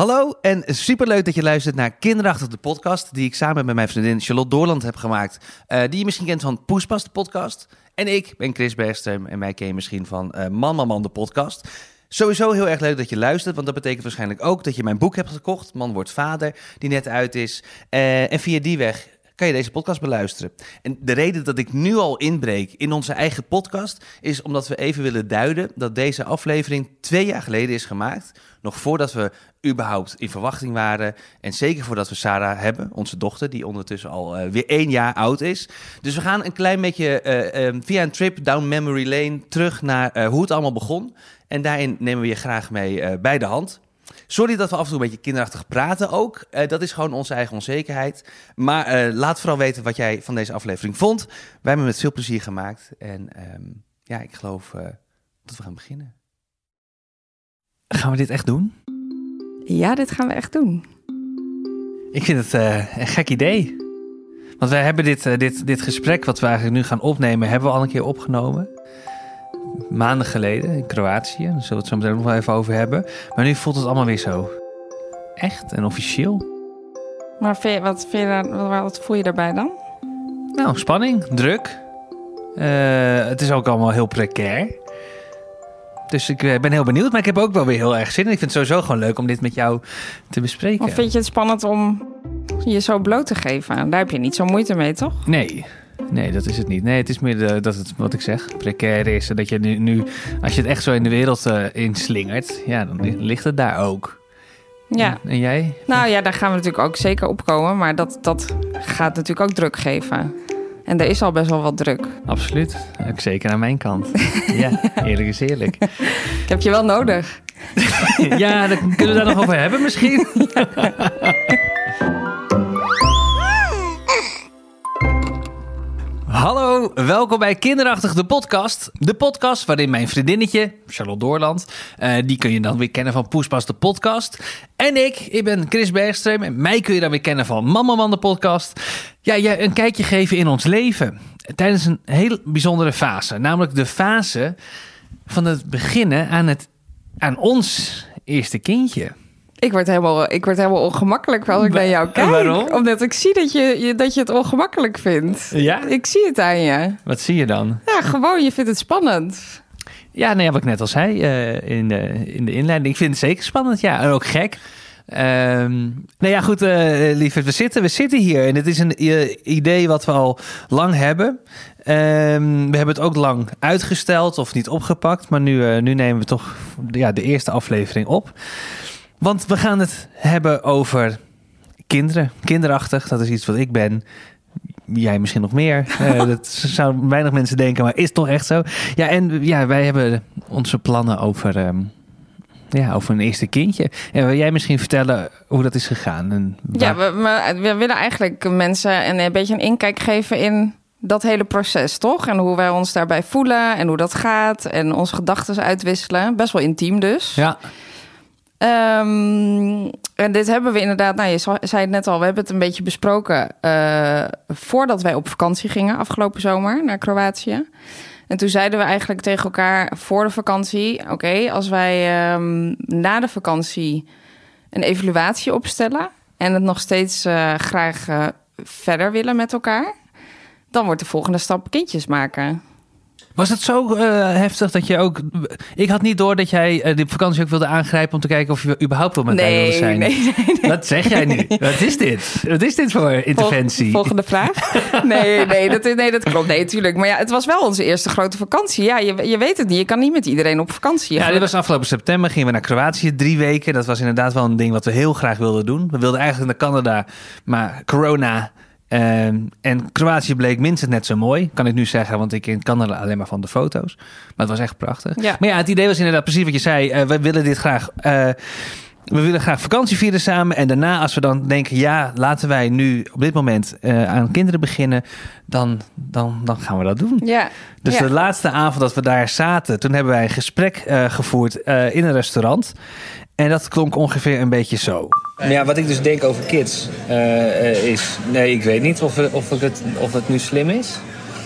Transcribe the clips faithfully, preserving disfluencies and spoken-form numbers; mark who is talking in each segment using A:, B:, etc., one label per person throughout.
A: Hallo en superleuk dat je luistert naar Kinderachtig de podcast... die ik samen met mijn vriendin Charlotte Doorland heb gemaakt. Uh, die je misschien kent van Poespas de podcast. En ik ben Chris Bergström en mij ken je misschien van uh, Man Man Man de podcast. Sowieso heel erg leuk dat je luistert, want dat betekent waarschijnlijk ook... dat je mijn boek hebt gekocht, Man wordt vader, die net uit is. Uh, en via die weg kan je deze podcast beluisteren. En de reden dat ik nu al inbreek in onze eigen podcast... is omdat we even willen duiden dat deze aflevering twee jaar geleden is gemaakt... nog voordat we überhaupt in verwachting waren. En zeker voordat we Sarah hebben, onze dochter... die ondertussen al uh, weer één jaar oud is. Dus we gaan een klein beetje uh, um, via een trip down memory lane... terug naar uh, hoe het allemaal begon. En daarin nemen we je graag mee uh, bij de hand. Sorry dat we af en toe een beetje kinderachtig praten ook. Uh, dat is gewoon onze eigen onzekerheid. Maar uh, laat vooral weten wat jij van deze aflevering vond. Wij hebben met veel plezier gemaakt. En um, ja, ik geloof uh, dat we gaan beginnen. Gaan we dit echt doen?
B: Ja, dit gaan we echt doen.
A: Ik vind het uh, een gek idee. Want wij hebben dit, uh, dit, dit gesprek wat we eigenlijk nu gaan opnemen... hebben we al een keer opgenomen. Maanden geleden in Kroatië. Daar zullen we het zo meteen nog wel even over hebben. Maar nu voelt het allemaal weer zo echt en officieel.
B: Maar vind je, wat, vind je daar, wat voel je daarbij dan?
A: Nou, spanning, druk. Uh, het is ook allemaal heel precair. Dus ik ben heel benieuwd, maar ik heb ook wel weer heel erg zin in. Ik vind het sowieso gewoon leuk om dit met jou te bespreken.
B: Of vind je het spannend om je zo bloot te geven? Daar heb je niet zo moeite mee, toch?
A: Nee, nee, dat is het niet. Nee, het is meer de, dat het, wat ik zeg, precair is. Dat je nu, nu als je het echt zo in de wereld uh, inslingert, ja, dan ligt het daar ook.
B: Ja.
A: En, en jij?
B: Nou ja, daar gaan we natuurlijk ook zeker opkomen. Maar dat, dat gaat natuurlijk ook druk geven. En er is al best wel wat druk.
A: Absoluut. Ook zeker aan mijn kant. Ja, eerlijk is eerlijk.
B: Ik heb je wel nodig.
A: Ja, dan kunnen we daar nog over hebben misschien. Ja. Hallo, welkom bij Kinderachtig de podcast. De podcast waarin mijn vriendinnetje, Charlotte Doorland... Uh, die kun je dan weer kennen van Poespas de podcast. En ik, ik ben Chris Bergström en mij kun je dan weer kennen van Man Man Man de podcast. Ja, jij een kijkje geven in ons leven. Tijdens een heel bijzondere fase. Namelijk de fase van het beginnen aan, het, aan ons eerste kindje.
B: Ik word helemaal, ik word helemaal ongemakkelijk als ik naar jou kijk.
A: Waarom?
B: Omdat ik zie dat je, je, dat je het ongemakkelijk vindt.
A: Ja?
B: Ik zie het aan je.
A: Wat zie je dan?
B: Ja, gewoon, je vindt het spannend.
A: Ja, nee, wat ik net al zei uh, in, de, in de inleiding. Ik vind het zeker spannend, ja. En ook gek. Um, nou ja, goed, uh, lieverd, we zitten, we zitten hier. En het is een uh, idee wat we al lang hebben. Um, we hebben het ook lang uitgesteld of niet opgepakt. Maar nu, uh, nu nemen we toch ja, de eerste aflevering op. Want we gaan het hebben over kinderen. Kinderachtig, dat is iets wat ik ben. Jij misschien nog meer. Uh, dat zouden weinig mensen denken, maar is toch echt zo. Ja, en ja, wij hebben onze plannen over, um, ja, over een eerste kindje. En wil jij misschien vertellen hoe dat is gegaan? En waar...
B: Ja, we, we, we willen eigenlijk mensen een, een beetje een inkijk geven in dat hele proces, toch? En hoe wij ons daarbij voelen en hoe dat gaat. En onze gedachten uitwisselen. Best wel intiem dus.
A: Ja.
B: Um, en dit hebben we inderdaad, nou je zei het net al, we hebben het een beetje besproken uh, voordat wij op vakantie gingen afgelopen zomer naar Kroatië. En toen zeiden we eigenlijk tegen elkaar voor de vakantie, oké, okay, als wij um, na de vakantie een evaluatie opstellen en het nog steeds uh, graag uh, verder willen met elkaar, dan wordt de volgende stap kindjes maken.
A: Was het zo uh, heftig dat je ook... Ik had niet door dat jij uh, de vakantie ook wilde aangrijpen... om te kijken of je überhaupt wel met mij
B: nee,
A: wilde zijn.
B: Nee, nee, nee.
A: Wat zeg jij nu? Wat is dit? Wat is dit voor interventie?
B: Vol, volgende vraag? Nee, nee, dat, nee, dat klopt. Nee, natuurlijk. Maar ja, het was wel onze eerste grote vakantie. Ja, je, je weet het niet. Je kan niet met iedereen op vakantie.
A: Ja, dit was afgelopen september. Gingen we naar Kroatië drie weken. Dat was inderdaad wel een ding wat we heel graag wilden doen. We wilden eigenlijk naar Canada, maar corona... Um, en Kroatië bleek minstens net zo mooi, kan ik nu zeggen, want ik ken Canada alleen maar van de foto's. Maar het was echt prachtig. Ja. Maar ja, het idee was inderdaad precies wat je zei. Uh, we willen dit graag, uh, we willen graag vakantie vieren samen. En daarna, als we dan denken, ja, laten wij nu op dit moment uh, aan kinderen beginnen, dan, dan, dan gaan we dat doen.
B: Ja.
A: Dus
B: ja.
A: de laatste avond dat we daar zaten, toen hebben wij een gesprek uh, gevoerd uh, in een restaurant. En dat klonk ongeveer een beetje zo. Ja, wat ik dus denk over kids uh, uh, is... Nee, ik weet niet of, of, het, of het nu slim is.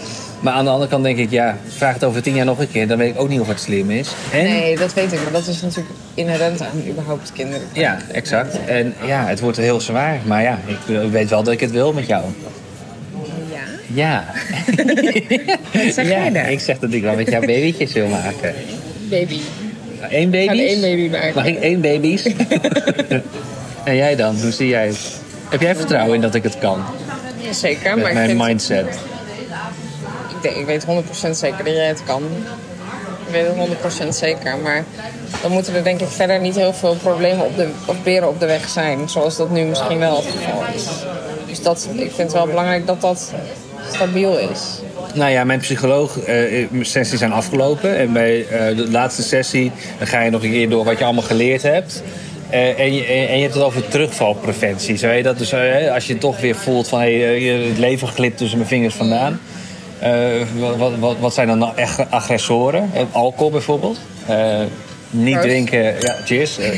A: Maar aan de andere kant denk ik, ja, vraag het over tien jaar nog een keer. Dan weet ik ook niet of het slim is. En...
B: Nee, dat weet ik. Maar dat is natuurlijk inherent aan überhaupt kinderen.
A: Ja, exact. En ja, het wordt heel zwaar. Maar ja, ik weet wel dat ik het wil met jou.
B: Ja?
A: Ja.
B: Wat zeg jij daar?
A: Ik zeg dat ik wel met jou babytjes wil maken.
B: Baby.
A: Eén baby?
B: Gaan één baby maken.
A: Mag ik één baby's? En jij dan? Hoe zie jij het? Heb jij vertrouwen in dat ik het kan?
B: Ja, zeker.
A: Met
B: maar
A: mijn
B: ik vind,
A: mindset.
B: Ik, denk, ik weet honderd procent zeker dat jij het kan. Ik weet het honderd procent zeker. Maar dan moeten er denk ik verder niet heel veel problemen op de, of beren op de weg zijn. Zoals dat nu misschien wel het geval is. Dus dat, ik vind het wel belangrijk dat dat stabiel is.
A: Nou ja, mijn psycholoog, uh, sessies zijn afgelopen. En bij uh, de laatste sessie dan ga je nog een keer door wat je allemaal geleerd hebt. Uh, en, je, en je hebt het over terugvalpreventie. Zou je dat dus, uh, als je toch weer voelt van hey, uh, het leven glipt tussen mijn vingers vandaan. Uh, wat, wat, wat zijn dan nou echt agressoren? Uh, alcohol bijvoorbeeld. Uh, niet
B: Proost.
A: drinken. Ja, cheers. Uh,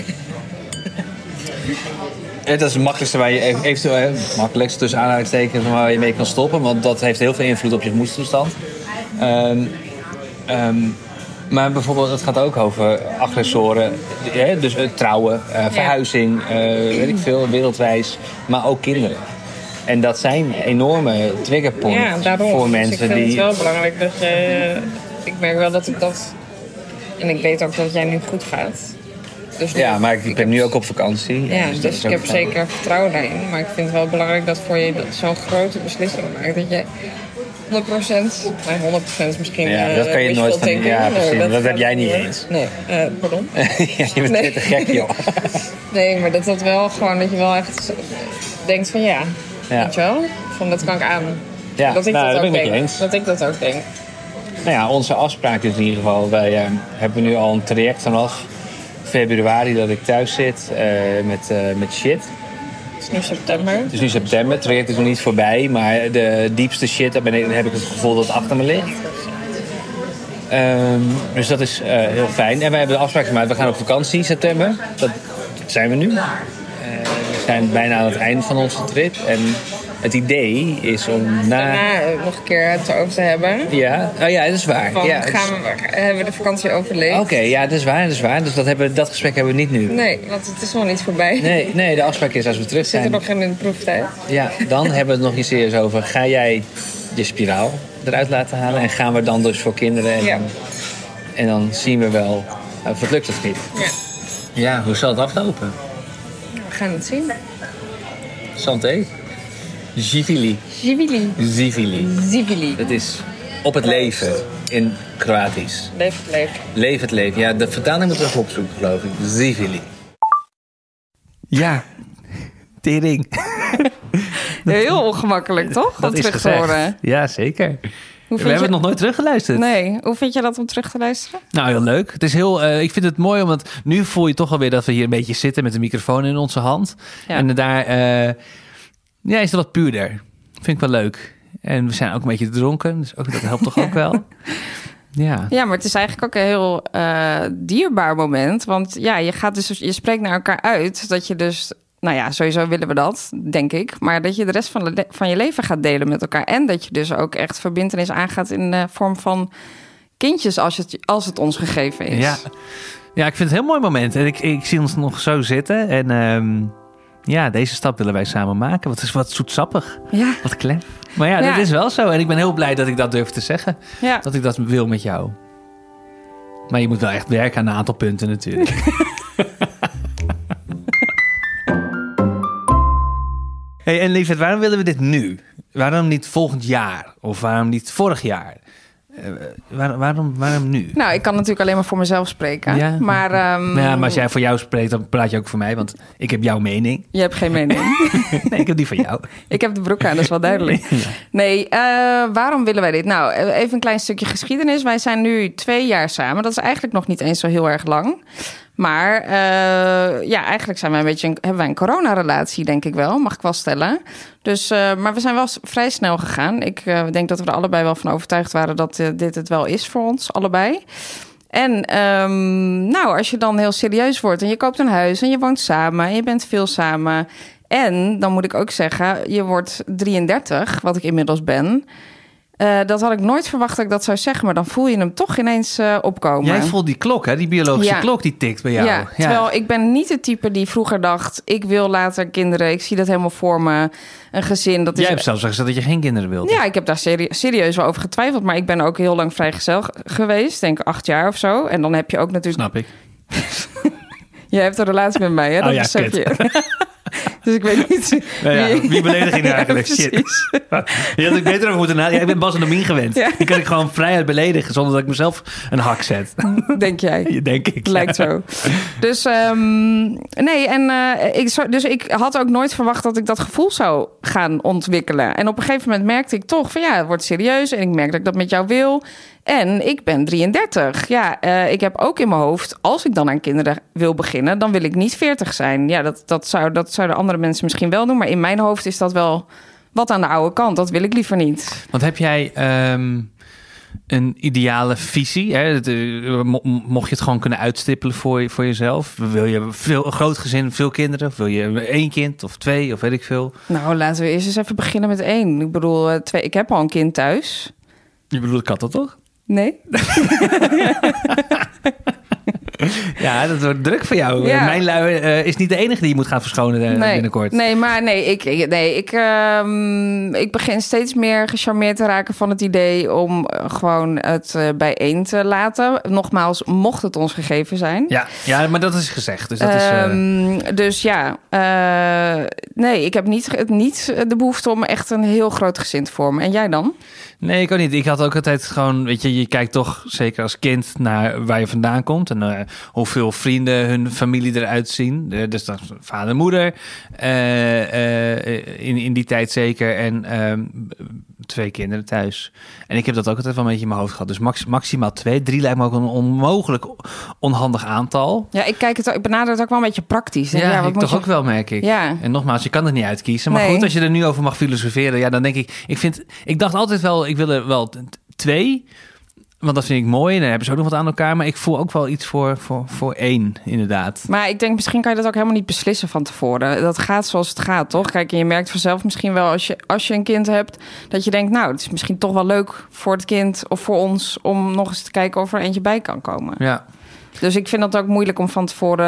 A: dat is het makkelijkste waar je eventueel makkelijkste tussen aanhalingstekens waar je mee kan stoppen, want dat heeft heel veel invloed op je gemoedstoestand. Um, um, maar bijvoorbeeld, het gaat ook over agressoren, ja, dus uh, trouwen, uh, verhuizing, uh, weet ik veel, wereldreis, maar ook kinderen. En dat zijn enorme triggerpoints
B: Ja, daarom.
A: voor
B: Dus
A: mensen
B: ik vind
A: die.
B: het wel belangrijk dat je... Ik merk wel dat ik dat... En ik weet ook dat jij nu goed gaat. Dus nu,
A: Ja, maar ik, ik ben nu ook op vakantie.
B: Ja,
A: dat
B: dus
A: is
B: ik
A: ook
B: heb
A: fijn.
B: zeker vertrouwen daarin. Maar ik vind het wel belangrijk dat voor je zo'n grote beslissing maakt. Dat je honderd procent, nee, honderd procent misschien...
A: Ja,
B: uh,
A: dat kan je
B: wishful
A: nooit van-
B: thinking,
A: ja,
B: maar
A: precies. Dat heb
B: gaat
A: jij niet
B: worden.
A: eens.
B: Nee, uh, pardon?
A: Ja, je bent
B: Nee.
A: te gek, joh.
B: Nee, maar dat dat wel gewoon, dat je wel echt denkt van ja,
A: Ja.
B: weet je wel? Van dat kan ik aan.
A: Ja,
B: dat ik
A: nou,
B: dat
A: dat
B: ook
A: ben ik met
B: denk.
A: je eens.
B: Dat ik dat ook denk.
A: Nou ja, onze afspraak is in ieder geval... Wij uh, hebben nu al een traject vanaf februari dat ik thuis zit uh, met, uh, met shit.
B: Het is nu september.
A: Het is nu september, het traject is nog niet voorbij... maar de diepste shit, daar, ben ik, daar heb ik het gevoel dat het achter me ligt. Um, dus dat is uh, heel fijn. En wij hebben de afspraak gemaakt, we gaan op vakantie in september. Dat zijn we nu. Uh, we zijn bijna aan het eind van onze trip. En het idee is om na...
B: Daarna uh, nog een keer het erover te hebben.
A: Ja, oh ja, dat is waar.
B: Van,
A: ja, het is-
B: gaan we, hebben we de vakantie overleefd?
A: Oké, ja, dat is waar, dat is waar. Dus dat, hebben, dat gesprek hebben we niet nu.
B: Nee, want het is nog niet voorbij.
A: Nee, nee, de afspraak is als we terug
B: We zitten
A: zijn.
B: nog in de proeftijd.
A: Ja, dan hebben we het nog eens serieus over. Ga jij je spiraal eruit laten halen? En gaan we dan dus voor kinderen? En,
B: Ja.
A: dan, en dan zien we wel of het lukt of niet.
B: Ja,
A: Ja, hoe zal het aflopen?
B: we gaan het zien.
A: Santé. Živili.
B: Živili.
A: Zivili.
B: Zivili.
A: Dat is op het leven in Kroatisch.
B: Leef het leven.
A: Leef het leven. Ja, de vertaling moeten we even opzoeken, geloof ik. Zivili. Ja, tering.
B: Heel ongemakkelijk, toch? Om terug te horen.
A: Ja, zeker.
B: Hoe
A: We
B: vind
A: hebben
B: je...
A: het nog nooit teruggeluisterd.
B: Nee, hoe vind je dat om terug te luisteren?
A: Nou, heel leuk. Het is heel, uh, ik vind het mooi, omdat nu voel je toch alweer dat we hier een beetje zitten met de microfoon in onze hand.
B: Ja.
A: En daar uh, ja, is het wat puurder. Vind ik wel leuk. En we zijn ook een beetje dronken, dus ook, dat helpt toch ook wel. Ja.
B: Ja, maar het is eigenlijk ook een heel uh, dierbaar moment. Want ja, je gaat dus, je spreekt naar elkaar uit dat je dus, nou ja, sowieso willen we dat, denk ik. Maar dat je de rest van, de, van je leven gaat delen met elkaar. En dat je dus ook echt verbintenis aangaat in de vorm van kindjes als het, als het ons gegeven is.
A: Ja. Ja, ik vind het een heel mooi moment. En ik, ik zie ons nog zo zitten. En um, ja, deze stap willen wij samen maken. Wat is wat zoetsappig.
B: Ja.
A: Wat klem. Maar ja,
B: Ja.
A: dat is wel zo. En ik ben heel blij dat ik dat durf te zeggen.
B: Ja.
A: Dat ik dat wil met jou. Maar je moet wel echt werken aan een aantal punten natuurlijk. Hey, en lieverd, waarom willen we dit nu? Waarom niet volgend jaar? Of waarom niet vorig jaar? Uh, waar, waarom, waarom nu?
B: Nou, ik kan natuurlijk alleen maar voor mezelf spreken.
A: Ja.
B: Maar, um,
A: Ja, maar als jij voor jou spreekt, dan praat je ook voor mij. Want ik heb jouw mening.
B: je hebt geen mening.
A: Nee, ik heb die van jou.
B: Ik heb de broek aan, dat is wel duidelijk.
A: Ja.
B: Nee, uh, waarom willen wij dit? Nou, even een klein stukje geschiedenis. Wij zijn nu twee jaar samen. Dat is eigenlijk nog niet eens zo heel erg lang. Maar uh, ja, eigenlijk zijn wij een beetje een, hebben wij een coronarelatie, denk ik wel. Mag ik wel stellen. Dus, uh, maar we zijn wel vrij snel gegaan. Ik uh, denk dat we er allebei wel van overtuigd waren dat uh, dit het wel is voor ons, allebei. En um, nou, als je dan heel serieus wordt en je koopt een huis en je woont samen en je bent veel samen. En dan moet ik ook zeggen, je wordt drieëndertig, wat ik inmiddels ben. Uh, dat had ik nooit verwacht dat ik dat zou zeggen, maar dan voel je hem toch ineens uh, opkomen.
A: Jij voelt die klok, hè? Die biologische ja. klok die tikt bij jou.
B: Ja, terwijl ja. ik ben niet het type die vroeger dacht, ik wil later kinderen. Ik zie dat helemaal voor me, een gezin. Dat is...
A: Jij hebt zelfs gezegd dat je geen kinderen wilde.
B: Ja, ik heb daar serie- serieus wel over getwijfeld, maar ik ben ook heel lang vrijgezel geweest, denk acht jaar of zo. En dan heb je ook natuurlijk...
A: Snap ik.
B: Jij hebt een relatie met mij, hè? Dat
A: oh ja,
B: besef je. Dus ik weet niet...
A: Nou ja, wie, wie beledig je nu eigenlijk? Ja, Shit. Je had ik beter over moeten nadenken. Ja, ik ben Bas en Domien gewend. Ja. Die kan ik gewoon vrijheid beledigen... zonder dat ik mezelf een hak zet.
B: Denk jij?
A: Denk ik.
B: Lijkt
A: ja.
B: zo. Dus um, nee, en uh, ik, dus ik had ook nooit verwacht... dat ik dat gevoel zou gaan ontwikkelen. En op een gegeven moment merkte ik toch... van ja, het wordt serieus en ik merk dat ik dat met jou wil... En ik ben drieëndertig. Ja, uh, ik heb ook in mijn hoofd... als ik dan aan kinderen wil beginnen... dan wil ik niet veertig zijn. Ja, dat, dat, zou, dat zouden andere mensen misschien wel doen... maar in mijn hoofd is dat wel wat aan de oude kant. Dat wil ik liever niet.
A: Want heb jij um, een ideale visie? Hè? Mocht je het gewoon kunnen uitstippelen voor, voor jezelf? Wil je veel, een groot gezin, veel kinderen? Of wil je één kind of twee of weet ik veel?
B: Nou, laten we eerst eens even beginnen met één. Ik bedoel, twee, ik heb al een kind thuis.
A: Je bedoelt katten, toch?
B: Nee.
A: Ja, dat wordt druk voor jou.
B: Ja.
A: Mijn lui uh, is niet de enige die je moet gaan verschonen uh,
B: nee.
A: binnenkort.
B: Nee, maar nee, ik, nee, ik, um, ik begin steeds meer gecharmeerd te raken van het idee... om gewoon het uh, bijeen te laten. Nogmaals, mocht het ons gegeven zijn.
A: Ja, ja maar dat is gezegd. Dus, dat
B: um,
A: is, uh...
B: dus ja, uh, nee, ik heb niet, niet de behoefte om echt een heel groot gezin te vormen. En jij dan?
A: Nee, ik ook niet. Ik had ook altijd gewoon, weet je, je kijkt toch zeker als kind naar waar je vandaan komt en uh, hoeveel vrienden hun familie eruit zien. Uh, dus dat is vader en moeder uh, uh, in, in die tijd zeker en uh, twee kinderen thuis. En ik heb dat ook altijd wel een beetje in mijn hoofd gehad. Dus max, maximaal twee, drie lijkt me ook een onmogelijk onhandig aantal.
B: Ja, ik kijk het, ik benader het ook wel een beetje praktisch.
A: Ja, ja wat ik
B: moet
A: toch
B: je...
A: ook wel, merk ik.
B: Ja.
A: En nogmaals, je kan het niet uitkiezen. Maar
B: nee.
A: goed, als je er nu over mag filosoferen, ja, dan denk ik, ik vind, ik dacht altijd wel, ik wil er wel twee, want dat vind ik mooi. En dan hebben ze ook nog wat aan elkaar. Maar ik voel ook wel iets voor, voor, voor één, inderdaad.
B: Maar ik denk, misschien kan je dat ook helemaal niet beslissen van tevoren. Dat gaat zoals het gaat, toch? Kijk, en je merkt vanzelf misschien wel als je, als je een kind hebt... dat je denkt, nou, het is misschien toch wel leuk voor het kind of voor ons... om nog eens te kijken of er eentje bij kan komen.
A: Ja.
B: Dus ik vind dat ook moeilijk om van tevoren...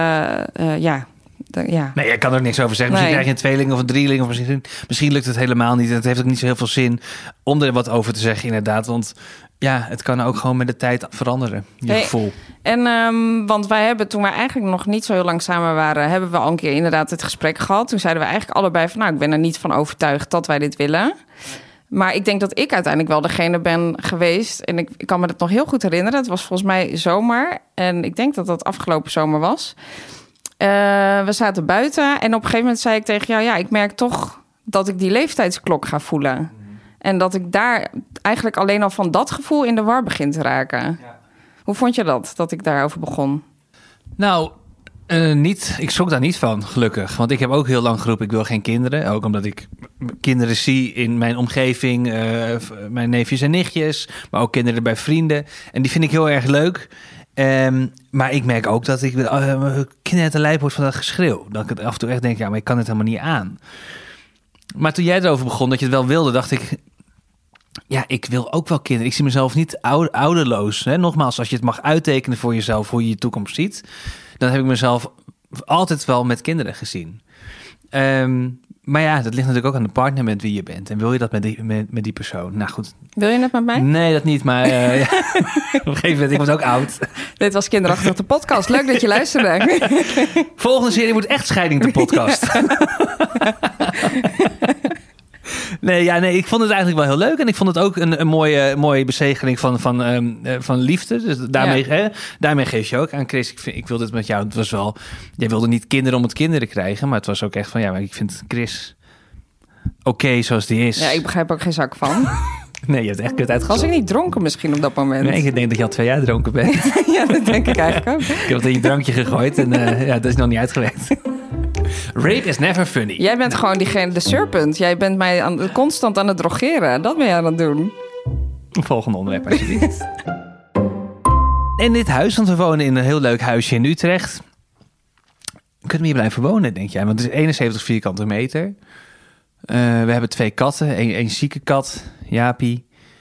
B: Uh, ja... De, ja.
A: Nee, je kan er ook niks over zeggen. Misschien nee. krijg je een tweeling of een drieling... of misschien, misschien lukt het helemaal niet. En het heeft ook niet zo heel veel zin om er wat over te zeggen, inderdaad. Want ja, het kan ook gewoon met de tijd veranderen, je hey, gevoel.
B: En um, want wij hebben, toen wij eigenlijk nog niet zo heel lang samen waren... hebben we al een keer inderdaad het gesprek gehad. Toen zeiden we eigenlijk allebei van... nou, ik ben er niet van overtuigd dat wij dit willen. Maar ik denk dat ik uiteindelijk wel degene ben geweest... en ik, ik kan me dat nog heel goed herinneren. Het was volgens mij zomer. En ik denk dat dat afgelopen zomer was... Uh, we zaten buiten en op een gegeven moment zei ik tegen jou... ja, ik merk toch dat ik die leeftijdsklok ga voelen. Mm. En dat ik daar eigenlijk alleen al van dat gevoel in de war begin te raken. Ja. Hoe vond je dat, dat ik daarover begon?
A: Nou, uh, niet, ik schrok daar niet van, gelukkig. Want ik heb ook heel lang geroepen, ik wil geen kinderen. Ook omdat ik kinderen zie in mijn omgeving. Uh, mijn neefjes en nichtjes, maar ook kinderen bij vrienden. En die vind ik heel erg leuk... Um, maar ik merk ook dat ik uh, knetterlijp word van dat geschreeuw. Dat ik het af en toe echt denk, ja, maar ik kan het helemaal niet aan. Maar toen jij erover begon, dat je het wel wilde, dacht ik... ja, ik wil ook wel kinderen. Ik zie mezelf niet ouder, ouderloos. Hè? Nogmaals, als je het mag uittekenen voor jezelf, hoe je je toekomst ziet... dan heb ik mezelf altijd wel met kinderen gezien. Um, maar ja, dat ligt natuurlijk ook aan de partner met wie je bent. En wil je dat met die, met, met die persoon? Nou goed.
B: Wil je het met mij?
A: Nee, dat niet. Maar uh, ja. Op een gegeven moment, ik was ook oud.
B: Dit was Kinderachtig de podcast. Leuk dat je luisterde.
A: Volgende serie wordt echt Scheiding de podcast. Nee, ja, nee, ik vond het eigenlijk wel heel leuk. En ik vond het ook een, een mooie, mooie bezegeling van, van, um, van liefde. Dus daarmee, ja. hè, daarmee geef je ook aan Chris. Ik, vind, ik wil dit met jou. Het was wel. Jij wilde niet kinderen om het kinderen krijgen. Maar het was ook echt van ja, maar ik vind Chris oké okay, zoals die is.
B: Ja, ik begrijp ook geen zak van.
A: Nee, je hebt echt kut uitgezocht.
B: Was ik niet dronken misschien op dat moment?
A: Nee, ik denk dat je al twee jaar dronken bent.
B: Ja, dat denk ik eigenlijk ook.
A: Ik heb het in je drankje gegooid en uh, ja, dat is nog niet uitgewerkt. Rape is never funny.
B: Jij bent gewoon diegene, de serpent. Jij bent mij aan, constant aan het drogeren. Dat ben je aan het doen.
A: Volgende onderwerp, alsjeblieft. In dit huis, want we wonen in een heel leuk huisje in Utrecht. Kunnen we hier blijven wonen, denk jij? Want het is eenenzeventig vierkante meter. Uh, we hebben twee katten. Eén zieke kat, Jaapie.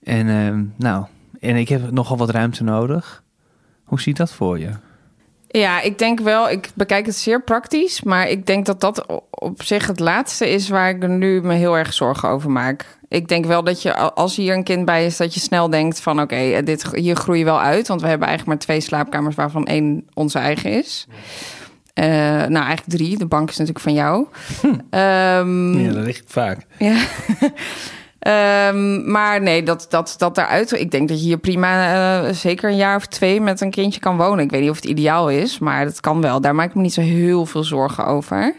A: En uh, nou, en ik heb nogal wat ruimte nodig. Hoe ziet dat voor je?
B: Ja, ik denk wel, ik bekijk het zeer praktisch, maar ik denk dat dat op zich het laatste is waar ik nu me heel erg zorgen over maak. Ik denk wel dat je, als hier een kind bij is, dat je snel denkt van oké, okay, dit hier groei je wel uit. Want we hebben eigenlijk maar twee slaapkamers waarvan één onze eigen is. Uh, nou, eigenlijk drie. De bank is natuurlijk van jou.
A: Hm. Um, ja, dat ligt vaak.
B: Ja. Um, maar nee, dat, dat, dat daaruit... Ik denk dat je hier prima uh, zeker een jaar of twee met een kindje kan wonen. Ik weet niet of het ideaal is, maar dat kan wel. Daar maak ik me niet zo heel veel zorgen over.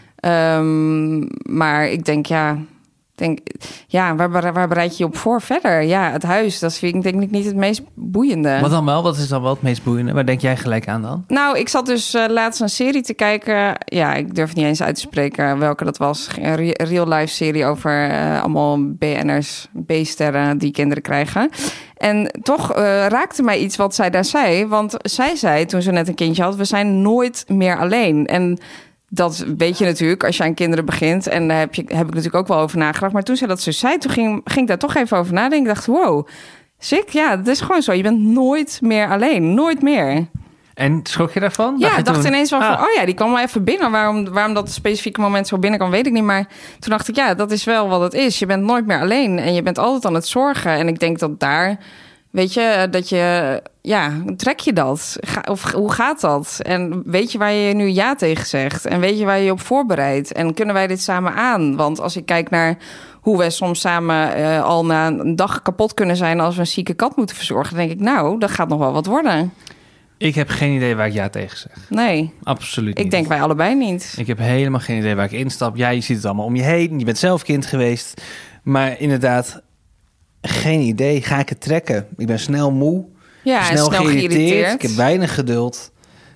B: Um, maar ik denk, ja... Denk, ja, waar, waar bereid je je op voor verder? Ja, het huis, dat vind ik denk ik niet het meest boeiende.
A: Wat dan wel? Wat is dan wel het meest boeiende? Waar denk jij gelijk aan dan?
B: Nou, ik zat dus uh, laatst een serie te kijken. Ja, ik durf niet eens uit te spreken welke dat was. Een real-life serie over uh, allemaal B N'ers, B-sterren die kinderen krijgen. En toch uh, raakte mij iets wat zij daar zei. Want zij zei, toen ze net een kindje had, we zijn nooit meer alleen. En dat weet je natuurlijk als je aan kinderen begint. En daar heb, je, heb ik natuurlijk ook wel over nagedacht. Maar toen zij dat zo zei, toen ging, ging ik daar toch even over nadenken. Ik dacht, wow, sick, ja, dat is gewoon zo. Je bent nooit meer alleen, nooit meer.
A: En schrok je daarvan?
B: Ja, ik dacht
A: toen...
B: ineens wel
A: ah.
B: van, oh ja, die kwam wel even binnen. Waarom, waarom dat specifieke moment zo binnen kan, weet ik niet. Maar toen dacht ik, ja, dat is wel wat het is. Je bent nooit meer alleen en je bent altijd aan het zorgen. En ik denk dat daar, weet je, dat je... Ja, trek je dat? Ga, of hoe gaat dat? En weet je waar je nu ja tegen zegt? En weet je waar je je op voorbereidt? En kunnen wij dit samen aan? Want als ik kijk naar hoe we soms samen uh, al na een dag kapot kunnen zijn als we een zieke kat moeten verzorgen, dan denk ik, nou, dat gaat nog wel wat worden.
A: Ik heb geen idee waar ik ja tegen zeg.
B: Nee.
A: Absoluut niet.
B: Ik denk wij allebei niet.
A: Ik heb helemaal geen idee waar ik instap. Jij ziet het allemaal om je heen. Je bent zelf kind geweest. Maar inderdaad, geen idee. Ga ik het trekken? Ik ben snel moe.
B: Ja,
A: snel,
B: snel
A: geïrriteerd.
B: geïrriteerd.
A: Ik heb weinig geduld.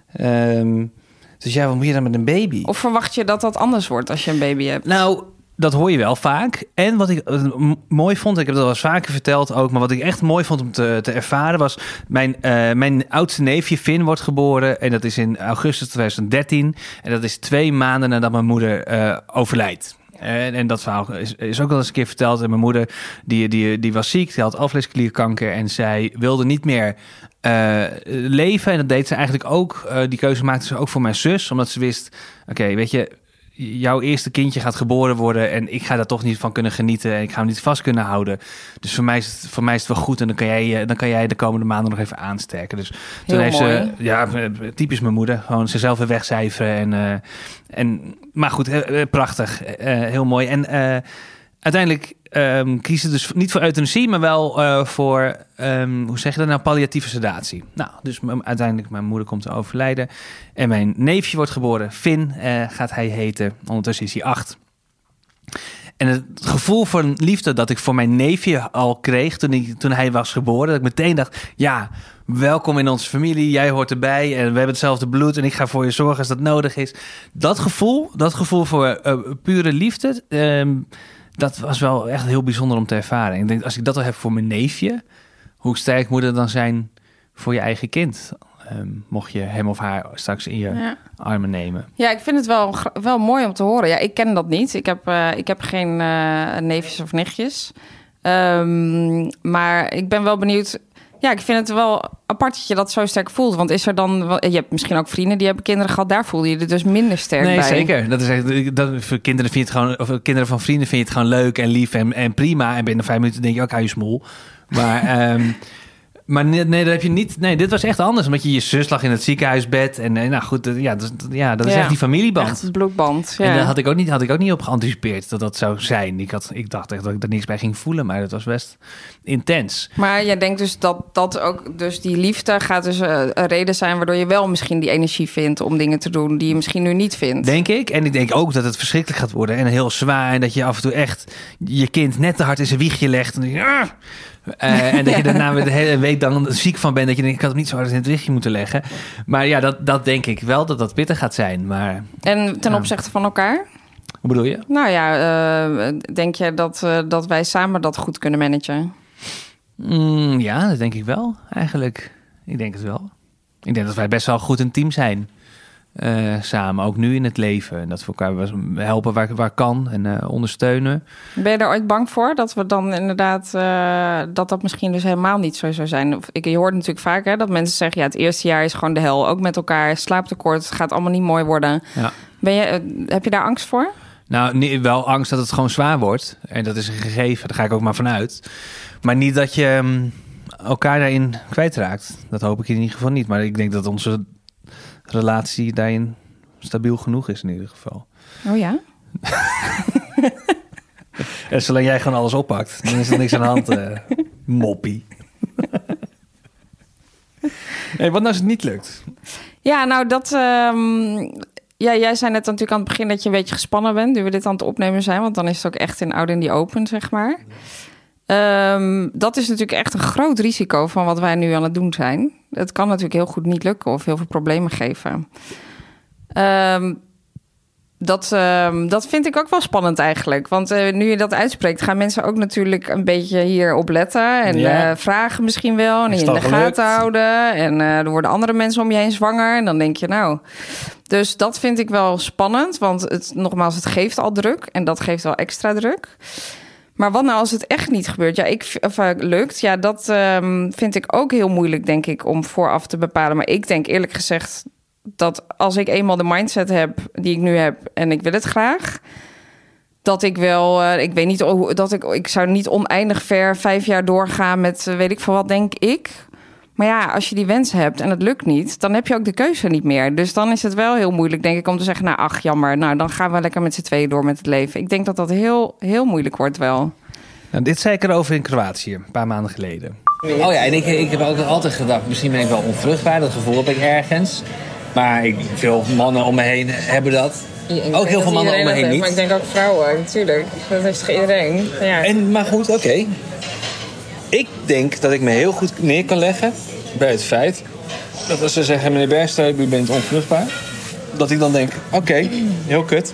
A: Um, dus ja, wat moet je dan met een baby?
B: Of verwacht je dat dat anders wordt als je een baby hebt?
A: Nou, dat hoor je wel vaak. En wat ik uh, m- mooi vond, ik heb dat wel eens vaker verteld ook, maar wat ik echt mooi vond om te, te ervaren was, mijn, uh, mijn oudste neefje Finn wordt geboren en dat is in augustus twintig dertien. En dat is twee maanden nadat mijn moeder uh, overlijdt. En, en dat verhaal is, is ook wel eens een keer verteld. En mijn moeder, die, die, die was ziek, die had alvleesklierkanker en zij wilde niet meer uh, leven. En dat deed ze eigenlijk ook. Uh, die keuze maakte ze ook voor mijn zus, omdat ze wist, oké, okay, weet je, jouw eerste kindje gaat geboren worden en ik ga daar toch niet van kunnen genieten en ik ga hem niet vast kunnen houden. Dus voor mij is het, voor mij is het wel goed en dan kan jij, dan kan jij de komende maanden nog even aansterken. Dus toen
B: Heel
A: heeft
B: mooi.
A: ze, ja, typisch mijn moeder, gewoon zichzelf weer wegcijferen. En, uh, en, maar goed, uh, prachtig, uh, heel mooi. En uh, uiteindelijk um, kies ze dus niet voor euthanasie, maar wel uh, voor, um, hoe zeg je dat nou, palliatieve sedatie. Nou, dus m- uiteindelijk mijn moeder komt te overlijden. En mijn neefje wordt geboren, Finn uh, gaat hij heten. Ondertussen is hij acht. En het gevoel van liefde dat ik voor mijn neefje al kreeg toen, ik, toen hij was geboren, dat ik meteen dacht, ja, welkom in onze familie, jij hoort erbij en we hebben hetzelfde bloed en ik ga voor je zorgen als dat nodig is. Dat gevoel, dat gevoel voor uh, pure liefde, um, dat was wel echt heel bijzonder om te ervaren. Ik denk, als ik dat al heb voor mijn neefje, hoe sterk moet het dan zijn voor je eigen kind? Um, mocht je hem of haar straks in je ja. armen nemen.
B: Ja, ik vind het wel, wel mooi om te horen. Ja, ik ken dat niet. Ik heb, uh, ik heb geen uh, neefjes of nichtjes. Um, maar ik ben wel benieuwd. Ja, ik vind het wel apart dat je dat zo sterk voelt. Want is er dan... Je hebt misschien ook vrienden die hebben kinderen gehad. Daar voel je je dus minder sterk
A: nee,
B: bij.
A: Nee, zeker. Dat is echt, dat, voor kinderen vind je het gewoon... Of kinderen van vrienden vind je het gewoon leuk en lief en, en prima. En binnen vijf minuten denk je ook, hou je smoel. Maar... um, Maar nee, nee, dat heb je niet. Nee, dit was echt anders. Omdat je je zus lag in het ziekenhuisbed. En nou goed, ja, dat, ja, dat is ja, echt die familieband.
B: Echt bloedband. Ja.
A: En daar had ik ook niet, had ik ook niet op geanticipeerd dat dat zou zijn. Ik, had, ik dacht echt dat ik er niks bij ging voelen. Maar dat was best intens.
B: Maar jij denkt dus dat dat ook, dus die liefde gaat dus uh, een reden zijn waardoor je wel misschien die energie vindt om dingen te doen die je misschien nu niet vindt.
A: Denk ik. En ik denk ook dat het verschrikkelijk gaat worden en heel zwaar. En dat je af en toe echt je kind net te hard in zijn wiegje legt. En dan denk je, ah! Uh, en dat je daarna weer de hele week dan ziek van bent. Dat je denkt, ik had hem niet zo hard in het wichtje moeten leggen. Maar ja, dat, dat denk ik wel, dat dat pittig gaat zijn. Maar,
B: en ten
A: ja.
B: opzichte van elkaar?
A: Hoe bedoel je?
B: Nou ja, uh, denk je dat, uh, dat wij samen dat goed kunnen managen?
A: Mm, ja, dat denk ik wel, eigenlijk. Ik denk het wel. Ik denk dat wij best wel goed een team zijn. Uh, samen, ook nu in het leven. En dat we elkaar helpen waar, waar kan en uh, ondersteunen.
B: Ben je er ooit bang voor dat we dan inderdaad... Uh, dat dat misschien dus helemaal niet zo zou zijn? Of, ik, je hoort natuurlijk vaak hè, dat mensen zeggen... ja, het eerste jaar is gewoon de hel. Ook met elkaar, slaaptekort, het gaat allemaal niet mooi worden. Ja. Ben je, uh, heb je daar angst voor?
A: Nou, nee, wel angst dat het gewoon zwaar wordt. En dat is een gegeven, daar ga ik ook maar vanuit. Maar niet dat je um, elkaar daarin kwijtraakt. Dat hoop ik in ieder geval niet. Maar ik denk dat onze... relatie daarin stabiel genoeg is in ieder geval.
B: Oh ja?
A: En zolang jij gewoon alles oppakt, dan is er niks aan de hand, uh, moppie. Hey, wat nou als het niet lukt?
B: Ja, nou dat... Um, ja, jij zei net natuurlijk aan het begin dat je een beetje gespannen bent... nu we dit aan het opnemen zijn, want dan is het ook echt in out in the open, zeg maar. Um, dat is natuurlijk echt een groot risico van wat wij nu aan het doen zijn. Het kan natuurlijk heel goed niet lukken of heel veel problemen geven. Um, dat, um, dat vind ik ook wel spannend eigenlijk. Want uh, nu je dat uitspreekt, gaan mensen ook natuurlijk een beetje hierop letten. En ja. uh, vragen misschien wel en in de gaten houden. En uh, er worden andere mensen om je heen zwanger. En dan denk je nou... Dus dat vind ik wel spannend. Want het, nogmaals, het geeft al druk. En dat geeft wel extra druk. Maar wat nou als het echt niet gebeurt? Ja, ik, of uh, lukt. Ja, dat um, vind ik ook heel moeilijk, denk ik, om vooraf te bepalen. Maar ik denk eerlijk gezegd dat als ik eenmaal de mindset heb die ik nu heb en ik wil het graag, dat ik wel, uh, ik weet niet, dat ik, ik zou niet oneindig ver vijf jaar doorgaan met uh, weet ik veel wat, denk ik. Maar ja, als je die wens hebt en het lukt niet, dan heb je ook de keuze niet meer. Dus dan is het wel heel moeilijk, denk ik, om te zeggen... nou, ach, jammer, nou, dan gaan we lekker met z'n tweeën door met het leven. Ik denk dat dat heel, heel moeilijk wordt wel.
A: Nou, dit zei ik erover in Kroatië, een paar maanden geleden.
C: Oh ja, en ik, ik heb ook altijd gedacht, misschien ben ik wel onvruchtbaar. Dat gevoel heb ik ergens. Maar ik, veel mannen om me heen hebben dat.
B: Ja,
C: ook heel veel mannen om me heen
B: heeft,
C: niet.
B: Maar ik denk ook vrouwen, natuurlijk. Dat heeft toch iedereen? Ja.
C: En, maar goed, oké. Okay. Ik denk dat ik me heel goed neer kan leggen bij het feit dat als ze zeggen, meneer Bergström, u bent onvruchtbaar, dat ik dan denk, oké, okay, heel kut.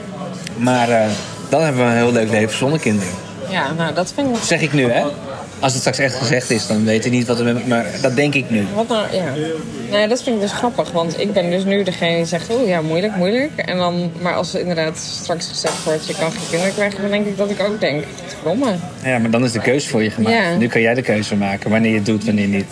C: Maar uh, dan hebben we een heel leuk leven zonder kinderen.
B: Ja, nou, dat vind ik...
C: Zeg ik nu, hè? Als het straks echt gezegd is, dan weet ik niet wat er met... Maar dat denk ik nu.
B: Wat nou, ja. Nee, dat vind ik dus grappig. Want ik ben dus nu degene die zegt... oh ja, moeilijk, moeilijk. En dan, maar als er inderdaad straks gezegd wordt... je kan geen kinderen krijgen, dan denk ik dat ik ook denk... verdomme.
C: Ja, maar dan is de keuze voor je gemaakt. Ja. Nu kan jij de keuze maken. Wanneer je het doet, wanneer niet.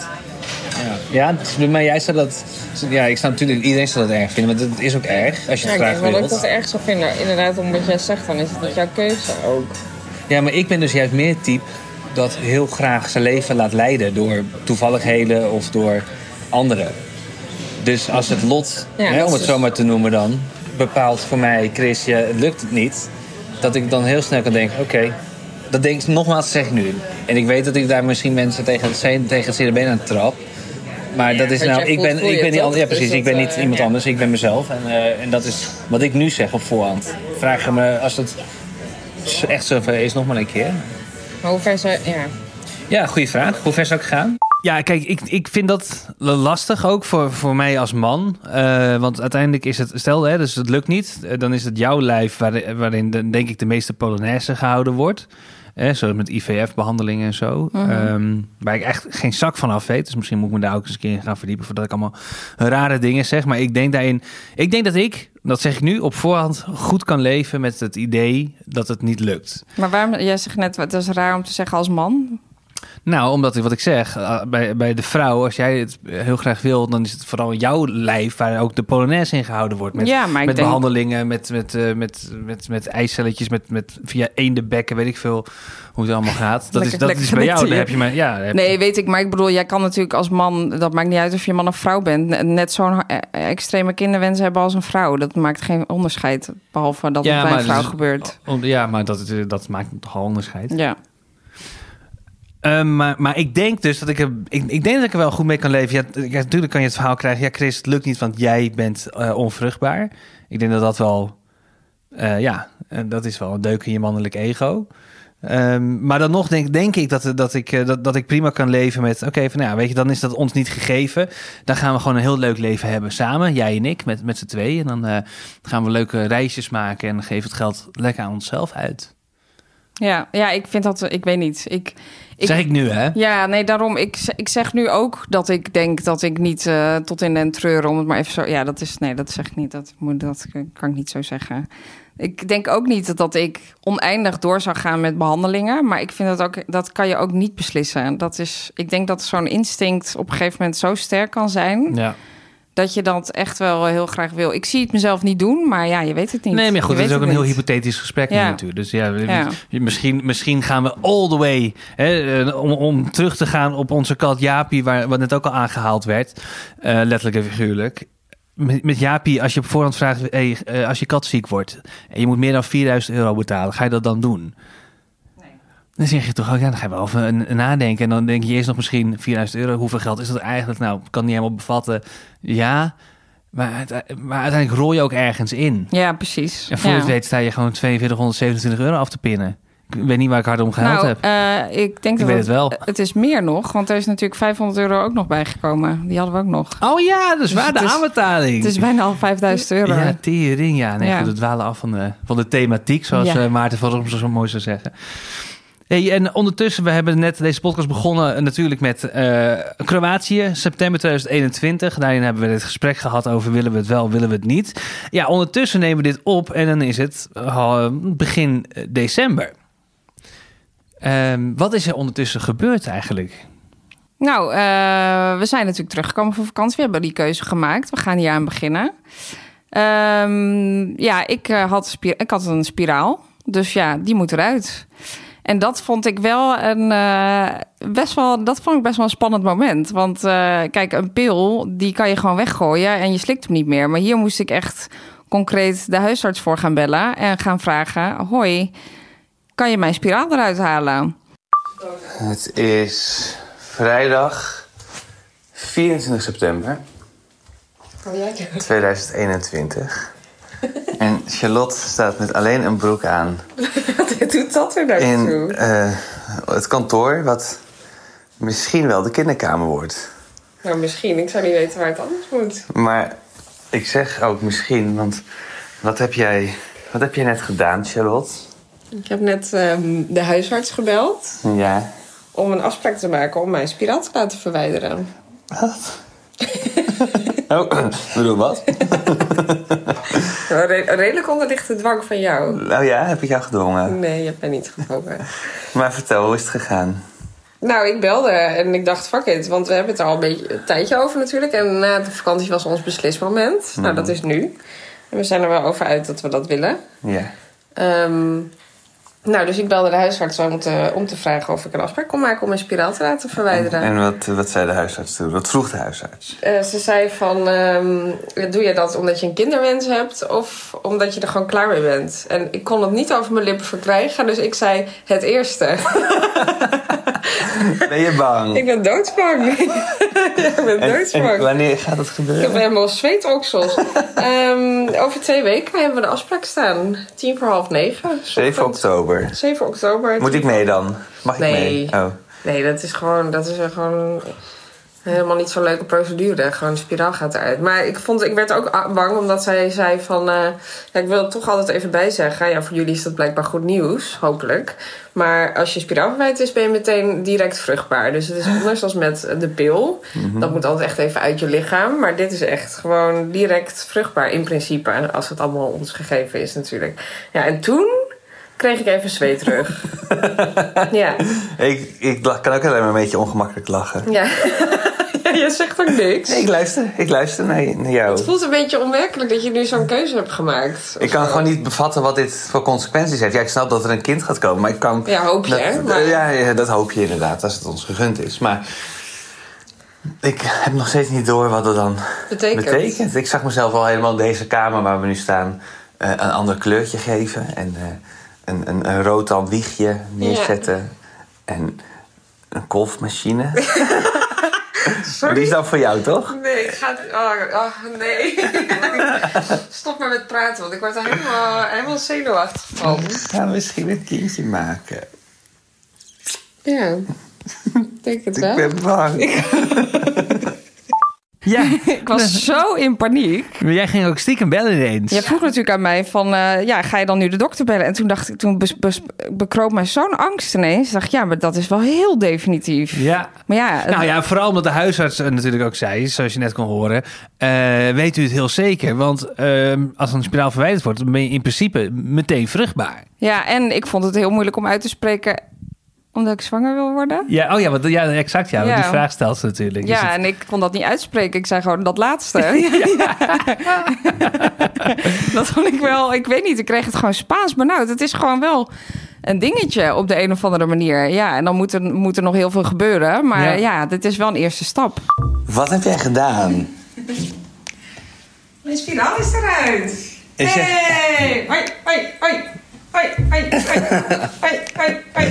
C: Ja, ja, maar jij zou dat... Ja, ik zou natuurlijk... Iedereen zou dat erg vinden. Maar dat is ook erg, als je het
B: ja,
C: graag
B: wilt.
C: wilt.
B: Ja, ik denk wel dat ik dat erg zou vinden. Inderdaad, omdat jij zegt, dan is het jouw keuze ook.
C: Ja, maar ik ben dus juist meer het type... dat heel graag zijn leven laat leiden door toevalligheden of door anderen. Dus als het lot, ja, hè, om het dus... zo maar te noemen dan, bepaalt voor mij, Chris, ja, lukt het niet, dat ik dan heel snel kan denken, oké, okay, dat denk ik nogmaals, zeg ik nu. En ik weet dat ik daar misschien mensen tegen het, tegen het cerebeen aan trap. Maar ja, dat is nou, ik ben, ik ben niet, ja, precies, ik ben niet uh, iemand ja. anders, ik ben mezelf. En, uh, en dat is wat ik nu zeg op voorhand. Vraag je me, als het echt zover is, nog maar een keer.
B: Maar hoe ver zou je... Ja,
C: ja, goede vraag. Hoe ver zou ik gaan?
A: Ja, kijk, ik, ik vind dat lastig ook voor, voor mij als man. Uh, want uiteindelijk is het... Stel, hè, dus het lukt niet. Uh, dan is het jouw lijf waar, waarin, de, denk ik, de meeste Polonaise gehouden wordt. Eh, zoals met I V F-behandelingen en zo. Uh-huh. Um, waar ik echt geen zak van af weet. Dus misschien moet ik me daar ook eens een keer in gaan verdiepen... voordat ik allemaal rare dingen zeg. Maar ik denk daarin... Ik denk dat ik, dat zeg ik nu, op voorhand goed kan leven... met het idee dat het niet lukt.
B: Maar waarom... Jij zegt net, het is raar om te zeggen als man...
A: Nou, omdat ik wat ik zeg, bij, bij de vrouw, als jij het heel graag wil, dan is het vooral jouw lijf waar ook de Polonaise in gehouden wordt. Met,
B: ja, maar
A: met
B: denk...
A: behandelingen, met, met, uh, met, met, met eicelletjes, met, met via eendenbekken, weet ik veel hoe het allemaal gaat. Dat lekker, is, dat is bij jou, daar heb je maar. Ja, heb
B: nee,
A: je...
B: weet ik, maar ik bedoel, jij kan natuurlijk als man, dat maakt niet uit of je man of vrouw bent, net zo'n extreme kinderwens hebben als een vrouw. Dat maakt geen onderscheid, behalve dat ja, het bij een vrouw dus, gebeurt.
A: Ja, maar dat, dat maakt toch al onderscheid.
B: Ja.
A: Uh, maar, maar ik denk dus dat ik er, ik, ik denk dat ik er wel goed mee kan leven. Ja, ja, natuurlijk kan je het verhaal krijgen. Ja, Chris, het lukt niet, want jij bent uh, onvruchtbaar. Ik denk dat dat wel, uh, ja, uh, dat is wel een deuk in je mannelijk ego. Um, maar dan nog denk, denk ik dat, dat, ik, uh, dat, dat ik prima kan leven met... Oké, okay, van ja, weet je, dan is dat ons niet gegeven. Dan gaan we gewoon een heel leuk leven hebben samen. Jij en ik, met, met z'n tweeën. En dan uh, gaan we leuke reisjes maken en geven het geld lekker aan onszelf uit.
B: Ja, ja, ik vind dat... Ik weet niet. Ik, ik,
A: zeg ik nu, hè?
B: Ja, nee, daarom. Ik, ik zeg nu ook dat ik denk dat ik niet uh, tot in den treuren... om het maar even zo... Ja, dat is... Nee, dat zeg ik niet. Dat, moet, dat kan ik niet zo zeggen. Ik denk ook niet dat, dat ik oneindig door zou gaan met behandelingen. Maar ik vind dat ook... Dat kan je ook niet beslissen. Dat is... Ik denk dat zo'n instinct op een gegeven moment zo sterk kan zijn...
A: Ja.
B: Dat je dat echt wel heel graag wil. Ik zie het mezelf niet doen, maar ja, je weet het niet.
A: Nee, maar goed,
B: het
A: is ook een
B: niet.
A: heel hypothetisch gesprek
B: ja.
A: nu natuurlijk. Dus ja,
B: ja.
A: Misschien, misschien gaan we all the way... Hè, om, om terug te gaan op onze kat Jaapie... Waar, wat net ook al aangehaald werd. Uh, letterlijk en figuurlijk. Met, met Jaapie, als je op voorhand vraagt... Hey, uh, als je kat ziek wordt... en je moet meer dan vierduizend euro betalen... ga je dat dan doen? Dan zeg je toch ook, ja, dan ga je wel even nadenken. En dan denk je eerst nog misschien vierduizend euro. Hoeveel geld is dat eigenlijk? Nou, kan niet helemaal bevatten. Ja, maar, maar uiteindelijk rol je ook ergens in.
B: Ja, precies.
A: En voor
B: ja.
A: je het weet sta je gewoon tweeënveertighonderdzevenentwintig euro af te pinnen. Ik weet niet waar ik hard om gehuild
B: nou,
A: heb.
B: Uh, ik denk
A: ik
B: dat
A: weet het wel.
B: Het is meer nog, want er is natuurlijk vijfhonderd euro ook nog bijgekomen. Die hadden we ook nog.
A: Oh ja, dat is waar,
B: dus
A: de
B: het
A: aanbetaling.
B: Is, het is bijna al vijfduizend euro.
A: Ja, tering, ja. Nee,
B: ja.
A: goed, we dwalen af van de, van de thematiek, zoals ja. Maarten van Rossum zo mooi zou zeggen. Hey, en ondertussen, we hebben net deze podcast begonnen natuurlijk met uh, Kroatië, september tweeduizend eenentwintig. Daarin hebben we dit gesprek gehad over willen we het wel, willen we het niet. Ja, ondertussen nemen we dit op en dan is het uh, begin december. Um, wat is er ondertussen gebeurd eigenlijk?
B: Nou, uh, we zijn natuurlijk teruggekomen van vakantie. We hebben die keuze gemaakt. We gaan hier aan beginnen. Um, ja, ik, uh, had spira- ik had een spiraal. Dus ja, die moet eruit. En dat vond ik wel een uh, best wel, dat vond ik best wel een spannend moment. Want uh, kijk, een pil, die kan je gewoon weggooien en je slikt hem niet meer. Maar hier moest ik echt concreet de huisarts voor gaan bellen en gaan vragen: hoi, kan je mijn spiraal eruit halen?
A: Het is vrijdag vierentwintig september tweeduizend eenentwintig. En Charlotte staat met alleen een broek aan.
B: Wat doet dat er naartoe?
A: In uh, het kantoor, wat misschien wel de kinderkamer wordt.
B: Nou, misschien. Ik zou niet weten waar het anders moet.
A: Maar ik zeg ook misschien, want wat heb jij, wat heb jij net gedaan, Charlotte?
B: Ik heb net um, de huisarts gebeld.
A: Ja.
B: Om een afspraak te maken om mijn spiraal te laten verwijderen.
A: Wat? Oh, bedoel wat?
B: Redelijk onder lichte dwang van jou.
A: Nou ja, heb ik jou gedwongen?
B: Nee, je hebt mij niet gedwongen.
A: Maar vertel, hoe is het gegaan?
B: Nou, ik belde en ik dacht, fuck it. Want we hebben het er al een beetje een tijdje over natuurlijk. En na de vakantie was ons beslismoment. Mm. Nou, dat is nu. En we zijn er wel over uit dat we dat willen.
A: Ja.
B: Um, nou, dus ik belde de huisarts om te, om te vragen of ik een afspraak kon maken om mijn spiraal te laten verwijderen.
A: En, en wat, wat zei de huisarts toen? Wat vroeg de huisarts?
B: Uh, ze zei van, um, doe je dat omdat je een kinderwens hebt of omdat je er gewoon klaar mee bent? En ik kon het niet over mijn lippen verkrijgen, dus ik zei het eerste.
A: Ben je bang?
B: Ik ben doodsbang. Ja, ik ben
A: en,
B: doodsbang.
A: En wanneer gaat dat gebeuren?
B: Ik heb helemaal zweetoksels. um, over twee weken hebben we de afspraak staan. Tien voor half negen.
A: zeven oktober.
B: zeven oktober.
A: Moet ik mee dan? Mag
B: nee.
A: ik mee? Oh.
B: Nee, dat is gewoon, dat is gewoon helemaal niet zo'n leuke procedure. Gewoon de spiraal gaat eruit. Maar ik, vond, ik werd ook bang omdat zij zei van... Uh, ja, ik wil het toch altijd even bijzeggen. Ja, voor jullie is dat blijkbaar goed nieuws, hopelijk. Maar als je spiraal verwijderd is, ben je meteen direct vruchtbaar. Dus het is anders dan met de pil. Mm-hmm. Dat moet altijd echt even uit je lichaam. Maar dit is echt gewoon direct vruchtbaar in principe. Als het allemaal ons gegeven is natuurlijk. Ja, en toen kreeg ik even zweet terug. Ja.
A: Ik, ik kan ook alleen maar een beetje ongemakkelijk lachen.
B: Ja. Ja, je zegt ook niks.
A: Nee, ik luister. Ik luister naar, naar jou.
B: Het voelt een beetje onwerkelijk dat je nu zo'n keuze hebt gemaakt.
A: Ik kan zo. gewoon niet bevatten wat dit voor consequenties heeft. Ja, ik snap dat er een kind gaat komen, maar ik kan...
B: Ja, hoop je,
A: dat,
B: hè? Maar...
A: Ja, ja, dat hoop je inderdaad, als het ons gegund is. Maar ik heb nog steeds niet door wat dat dan betekent. betekent. Ik zag mezelf al helemaal in deze kamer waar we nu staan uh, een ander kleurtje geven. En uh, een, een, een rood wiegje neerzetten. Ja. En een golfmachine.
B: Sorry?
A: Die is dan voor jou, toch?
B: Nee, ik ga... Oh, oh nee. Stop maar met praten, want ik word er helemaal, helemaal zenuwachtig van.
A: We gaan misschien een kindje maken.
B: Ja, ik denk het wel.
A: Ik ben bang. Ja.
B: Ik was zo in paniek.
A: Maar jij ging ook stiekem bellen ineens.
B: Jij vroeg natuurlijk aan mij van, uh, ja, ga je dan nu de dokter bellen? En toen dacht ik, toen bes, bes, bekroop mij zo'n angst ineens. Ik dacht, ja, maar dat is wel heel definitief.
A: Ja.
B: Maar ja,
A: nou ja, vooral omdat de huisarts natuurlijk ook zei, zoals je net kon horen, uh, weet u het heel zeker. Want uh, als een spiraal verwijderd wordt, dan ben je in principe meteen vruchtbaar.
B: Ja, en ik vond het heel moeilijk om uit te spreken omdat ik zwanger wil worden.
A: Ja, oh ja, want, ja exact. Ja,
B: ja.
A: Want die vraag stelt ze natuurlijk.
B: Ja,
A: het...
B: en ik kon dat niet uitspreken. Ik zei gewoon dat laatste. Ja. Dat vond ik wel... Ik weet niet, ik kreeg het gewoon Spaans benauwd. Het is gewoon wel een dingetje op de een of andere manier. Ja, en dan moet er, moet er nog heel veel gebeuren. Maar ja, ja dit is wel een eerste stap.
C: Wat heb jij gedaan?
B: Mijn spiraal is eruit.
C: Is je...
B: Hey! Hoi, hoi, hoi. Hoi, hoi, hoi. Hoi, hoi, hoi.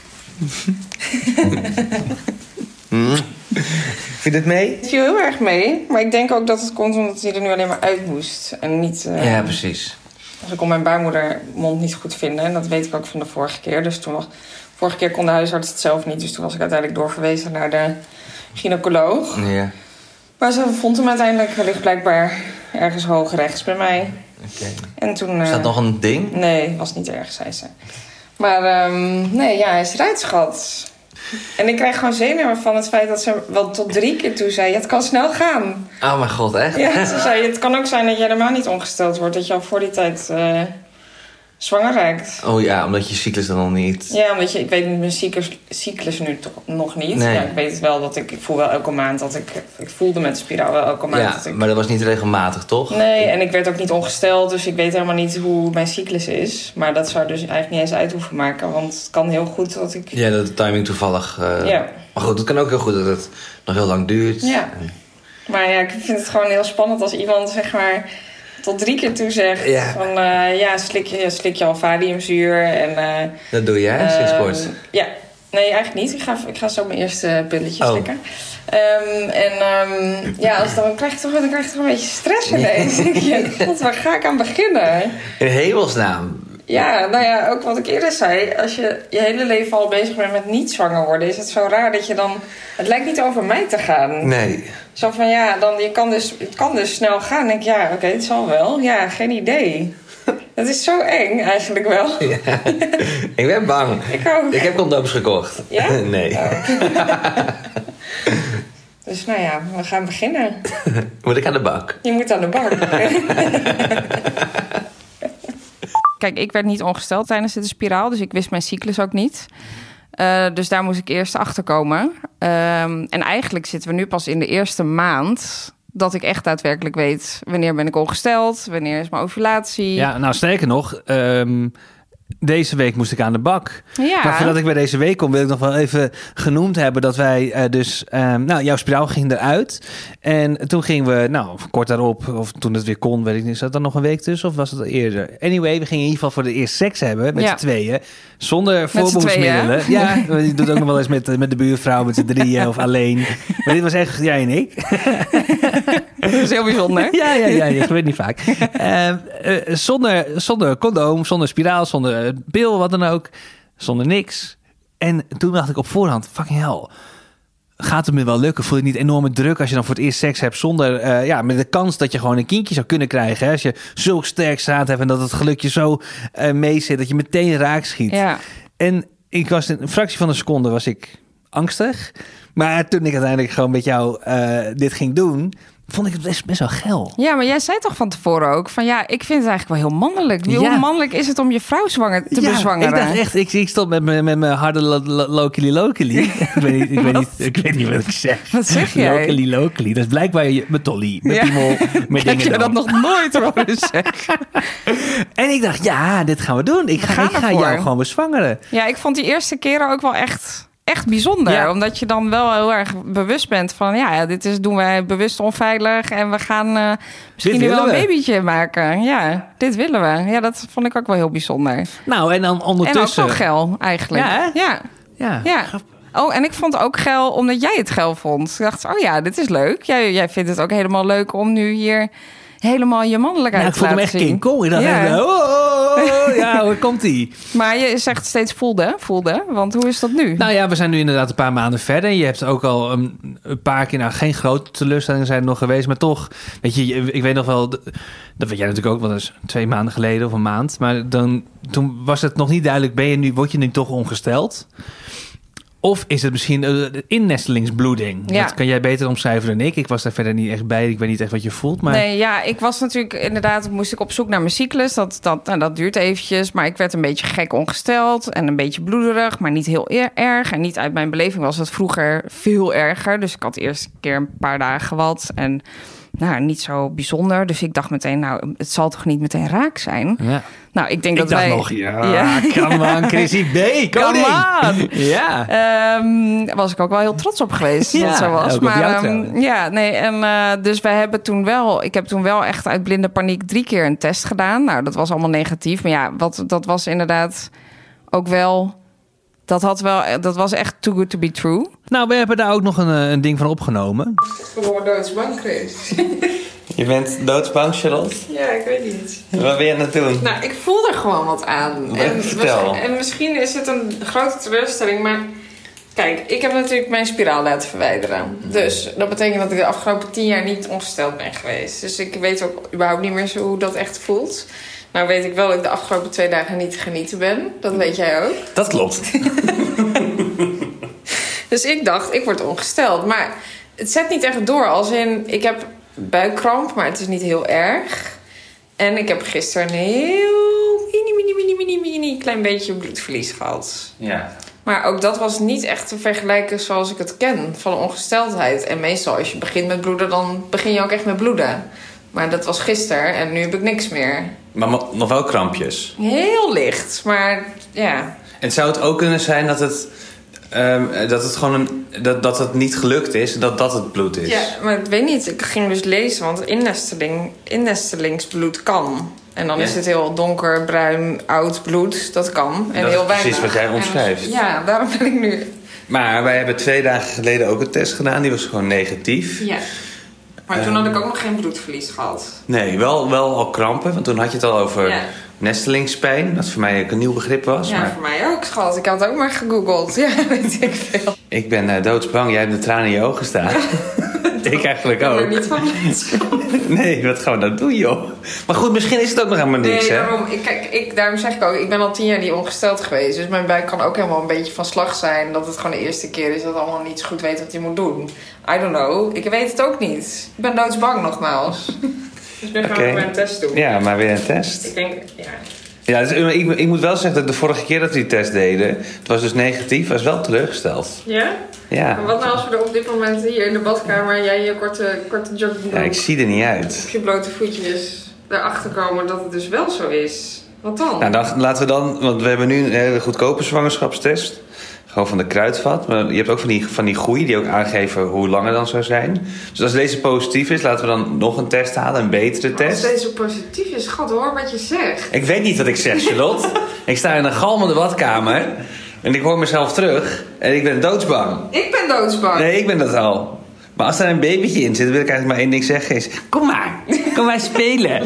C: Mm. Vind je het mee?
B: Het viel heel erg mee. Maar ik denk ook dat het komt omdat hij er nu alleen maar uit moest. En niet... Uh,
C: ja, precies.
B: Dus ik kon mijn baarmoedermond niet goed vinden. En dat weet ik ook van de vorige keer. Dus toen was... Vorige keer kon de huisarts het zelf niet. Dus toen was ik uiteindelijk doorverwezen naar de gynaecoloog.
C: Ja.
B: Maar ze vond hem uiteindelijk. Hij ligt blijkbaar ergens hoog rechts bij mij.
C: Oké. Okay.
B: En toen... Uh,
C: is dat nog een ding?
B: Nee, was niet erg, zei ze. Maar um, nee, ja, hij is eruit, schat. En ik krijg gewoon zenuwen van het feit dat ze wel tot drie keer toe zei... het kan snel gaan.
C: Oh mijn god, echt?
B: Ja, ze zei, het kan ook zijn dat je helemaal niet ongesteld wordt. Dat je al voor die tijd uh, zwanger raakt.
C: Oh ja, omdat je cyclus dan nog niet...
B: Ja, omdat je, ik weet mijn cyclus, cyclus nu toch nog niet.
C: Nee.
B: Ja, ik weet wel dat ik, ik voel wel elke maand dat ik... Ik voelde met de spiraal wel elke maand
C: ja,
B: dat ik...
C: maar dat was niet regelmatig, toch?
B: Nee, en ik werd ook niet ongesteld. Dus ik weet helemaal niet hoe mijn cyclus is. Maar dat zou dus eigenlijk niet eens uit hoeven maken. Want het kan heel goed dat ik...
C: Ja, dat de timing toevallig... Uh...
B: Ja.
C: Maar goed, het kan ook heel goed dat het nog heel lang duurt.
B: Ja. Maar ja, ik vind het gewoon heel spannend als iemand, zeg maar... tot drie keer toe zegt
C: ja.
B: van... Uh, ja, slik je, slik je al valiumzuur en... Uh,
C: dat doe jij uh, sinds kort?
B: Ja. Nee, eigenlijk niet. Ik ga, ik ga zo mijn eerste pilletje
C: oh.
B: slikken. Um, en um, ja, als dan krijg ik toch, dan krijg ik toch een beetje stress ineens. Denk je, God, waar ga ik aan beginnen?
C: In hemelsnaam.
B: Ja, nou ja, ook wat ik eerder zei. Als je je hele leven al bezig bent met niet zwanger worden... is het zo raar dat je dan... Het lijkt niet over mij te gaan.
C: Nee.
B: Zo van, ja, dan, je kan dus, het kan dus snel gaan. Dan denk ik, ja, oké, okay, het zal wel. Ja, geen idee. Dat is zo eng, eigenlijk wel. Ja.
C: Ik ben bang.
B: Ik ook.
C: Ik heb condooms gekocht.
B: Ja?
C: Nee.
B: Oh. Dus nou ja, we gaan beginnen.
C: Moet ik aan de bak?
B: Je moet aan de bak. Kijk, ik werd niet ongesteld tijdens de spiraal. Dus ik wist mijn cyclus ook niet. Uh, dus daar moest ik eerst achter komen. Um, en eigenlijk zitten we nu pas in de eerste maand... dat ik echt daadwerkelijk weet... wanneer ben ik ongesteld, wanneer is mijn ovulatie.
A: Ja, nou sterker nog... Um... Deze week moest ik aan de bak.
B: Ja.
A: Maar voordat ik bij deze week kom, wil ik nog wel even genoemd hebben dat wij uh, dus... Um, nou, jouw spiraal ging eruit. En toen gingen we, nou, kort daarop, of toen het weer kon, weet ik niet. Zat er nog een week tussen of was het al eerder? Anyway, we gingen in ieder geval voor de eerst seks hebben met ja. z'n tweeën. Zonder voorbehoedsmiddelen. Ja, je doet ook nog wel eens met, met de buurvrouw, met z'n drieën of alleen. Maar dit was echt jij en ik.
B: Dat is heel bijzonder.
A: Ja, ja, ja, dat gebeurt niet vaak. Uh, uh, zonder, zonder condoom, zonder spiraal, zonder pil, wat dan ook. Zonder niks. En toen dacht ik op voorhand, fucking hell, gaat het me wel lukken? Voel je niet enorme druk als je dan voor het eerst seks hebt zonder, uh, ja, met de kans dat je gewoon een kindje zou kunnen krijgen. Hè? Als je zulk sterk zaad hebt en dat het gelukje zo uh, mee zit, dat je meteen raak schiet.
B: Ja.
A: En ik was in een fractie van een seconde was ik angstig. Maar toen ik uiteindelijk gewoon met jou uh, dit ging doen, vond ik het best, best wel geil.
B: Ja, maar jij zei toch van tevoren ook van ja, ik vind het eigenlijk wel heel mannelijk. Hoe ja. mannelijk is het om je vrouw zwanger te
A: ja,
B: bezwangeren?
A: Ik dacht echt, ik, ik stond met mijn met mijn harde lo, lo, locally locally. ik, weet niet, ik, weet niet, ik weet niet wat ik zeg.
B: Wat zeg jij?
A: Locally locally. Dat is blijkbaar je, met Tolly, met ja. piemel, met dingen.
B: Heb je dat nog nooit horen zeggen?
A: En ik dacht, ja, dit gaan we doen. Ik ga, ik ga jou gewoon bezwangeren.
B: Ja, ik vond die eerste keren ook wel echt... Echt bijzonder, ja. Omdat je dan wel heel erg bewust bent van... ja, dit is, doen wij bewust onveilig... en we gaan uh, misschien nu wel een babytje maken. Ja, dit willen we. Ja, dat vond ik ook wel heel bijzonder.
A: Nou, en dan ondertussen...
B: En ook wel geil, eigenlijk.
A: Ja,
B: ja.
A: ja.
B: ja. Oh, en ik vond het ook geil omdat jij het geil vond. Ik dacht, oh ja, dit is leuk. Jij, jij vindt het ook helemaal leuk om nu hier... helemaal je mannelijkheid
A: ja,
B: te laten zien.
A: Ik vond hem echt King Kong. Ik dacht, ja. echt, oh, oh, oh ja, hoe komt die?
B: Maar je zegt steeds voelde, voelde. Want hoe is dat nu?
A: Nou ja, we zijn nu inderdaad een paar maanden verder. Je hebt ook al een, een paar keer, nou geen grote teleurstellingen zijn er nog geweest, maar toch, weet je, ik weet nog wel, dat weet jij natuurlijk ook, want dat is twee maanden geleden of een maand. Maar dan, toen was het nog niet duidelijk, ben je nu, word je nu toch ongesteld? Of is het misschien een innestelingsbloeding?
B: Ja.
A: Dat kan jij beter omschrijven dan ik. Ik was daar verder niet echt bij. Ik weet niet echt wat je voelt. Maar...
B: Nee, ja, ik was natuurlijk inderdaad... moest ik op zoek naar mijn cyclus. Dat, dat, nou, dat duurt eventjes. Maar ik werd een beetje gek ongesteld. En een beetje bloederig, maar niet heel er- erg. En niet uit mijn beleving was het vroeger veel erger. Dus ik had eerst een keer een paar dagen wat. En nou, niet zo bijzonder. Dus ik dacht meteen, nou, het zal toch niet meteen raak zijn?
A: Ja.
B: Nou, ik denk
A: ik
B: dat
A: dacht
B: wij...
A: nog, ja, ja. Come on, Chrissy B.
B: Come on!
A: Ja.
B: Um, was ik ook wel heel trots op geweest dat
A: ja,
B: het zo was.
A: ook op jou
B: maar um, ja, nee, en uh, dus wij hebben toen wel... Ik heb toen wel echt uit blinde paniek drie keer een test gedaan. Nou, dat was allemaal negatief. Maar ja, wat, dat was inderdaad ook wel... Dat, had wel, dat was echt too good to be true.
A: Nou, we hebben daar ook nog een, een ding van opgenomen.
B: Gewoon doodsbang, Chris.
C: Je bent doodsbang, Charlotte?
B: Ja, ik weet niet.
C: Wat ben je aan het doen?
B: Nou, ik voel er gewoon wat aan. En,
C: Vertel.
B: en misschien is het een grote teleurstelling, maar... Kijk, ik heb natuurlijk mijn spiraal laten verwijderen. Dus dat betekent dat ik de afgelopen tien jaar niet ongesteld ben geweest. Dus ik weet ook überhaupt niet meer zo hoe dat echt voelt. Nou weet ik wel dat ik de afgelopen twee dagen niet genieten ben. Dat weet jij ook.
C: Dat klopt.
B: Dus ik dacht, ik word ongesteld. Maar het zet niet echt door. Als in, ik heb buikkramp, maar het is niet heel erg. En ik heb gisteren een heel mini, mini, mini, mini, mini klein beetje bloedverlies gehad.
C: Ja.
B: Maar ook dat was niet echt te vergelijken zoals ik het ken, van ongesteldheid. En meestal als je begint met bloeden, dan begin je ook echt met bloeden. Maar dat was gisteren en nu heb ik niks meer.
C: Maar nog wel krampjes?
B: Heel licht, maar ja.
C: En zou het ook kunnen zijn dat het, um, dat het gewoon een, dat, dat het niet gelukt is, dat dat het bloed is?
B: Ja, maar ik weet niet. Ik ging dus lezen, want innesteling, innestelingsbloed kan. En dan
C: ja.
B: is het heel donker, bruin, oud bloed. Dat kan. En
C: dat
B: heel
C: is
B: weinig.
C: precies wat jij omschrijft.
B: En, ja, daarom ben ik nu...
C: Maar wij hebben twee dagen geleden ook een test gedaan. Die was gewoon negatief.
B: Ja. Maar toen had ik ook nog geen bloedverlies gehad.
C: Nee, wel, wel al krampen. Want toen had je het al over
B: Ja.
C: nestelingspijn. Dat voor mij ook een nieuw begrip was.
B: Ja,
C: maar
B: voor mij ook, schat. Ik had het ook maar gegoogeld. Ja, weet ik veel.
C: ik ben uh, doodsbang. Jij hebt de tranen in je ogen staan. Ik eigenlijk ook.
B: Ik ben er niet van blijdschap.
C: Nee, wat gaan we nou doen, joh? Maar goed, misschien is het ook nog helemaal niks,
B: Nee,
C: hè?
B: daarom, ik, kijk, ik, daarom zeg ik ook, ik ben al tien jaar niet ongesteld geweest. Dus mijn buik kan ook helemaal een beetje van slag zijn. Dat het gewoon de eerste keer is dat allemaal niet zo goed weet wat je moet doen. I don't know. Ik weet het ook niet. Ik ben doodsbang, nogmaals. Dus nu gaan
C: Oké.
B: we weer een test doen.
C: Ja, maar weer een test.
B: Ik denk, ja.
C: Ja, dus, ik, ik moet wel zeggen dat de vorige keer dat we die test deden... het was dus negatief, was wel teleurgesteld.
B: Ja?
C: Ja.
B: Maar wat nou als we er op dit moment hier in de badkamer... en jij je korte, korte jogging
C: Ja, ik zie er niet uit.
B: op je blote voetjes erachter komen dat het dus wel zo is? Wat dan?
C: Nou, dan laten we dan... Want we hebben nu een hele goedkope zwangerschapstest. Gewoon van de Kruidvat. Maar je hebt ook van die, van die goeie die ook aangeven hoe lang het dan zou zijn. Dus als deze positief is, laten we dan nog een test halen. Een betere test.
B: Als deze positief is, schat, hoor wat je zegt.
C: Ik weet niet wat ik zeg, Charlotte. Ik sta in een galmende badkamer. En ik hoor mezelf terug. En ik ben doodsbang.
B: Ik ben doodsbang.
C: Nee, ik ben dat al. Maar als er een babytje in zit, dan wil ik eigenlijk maar één ding zeggen. Is, kom maar. Kom maar spelen.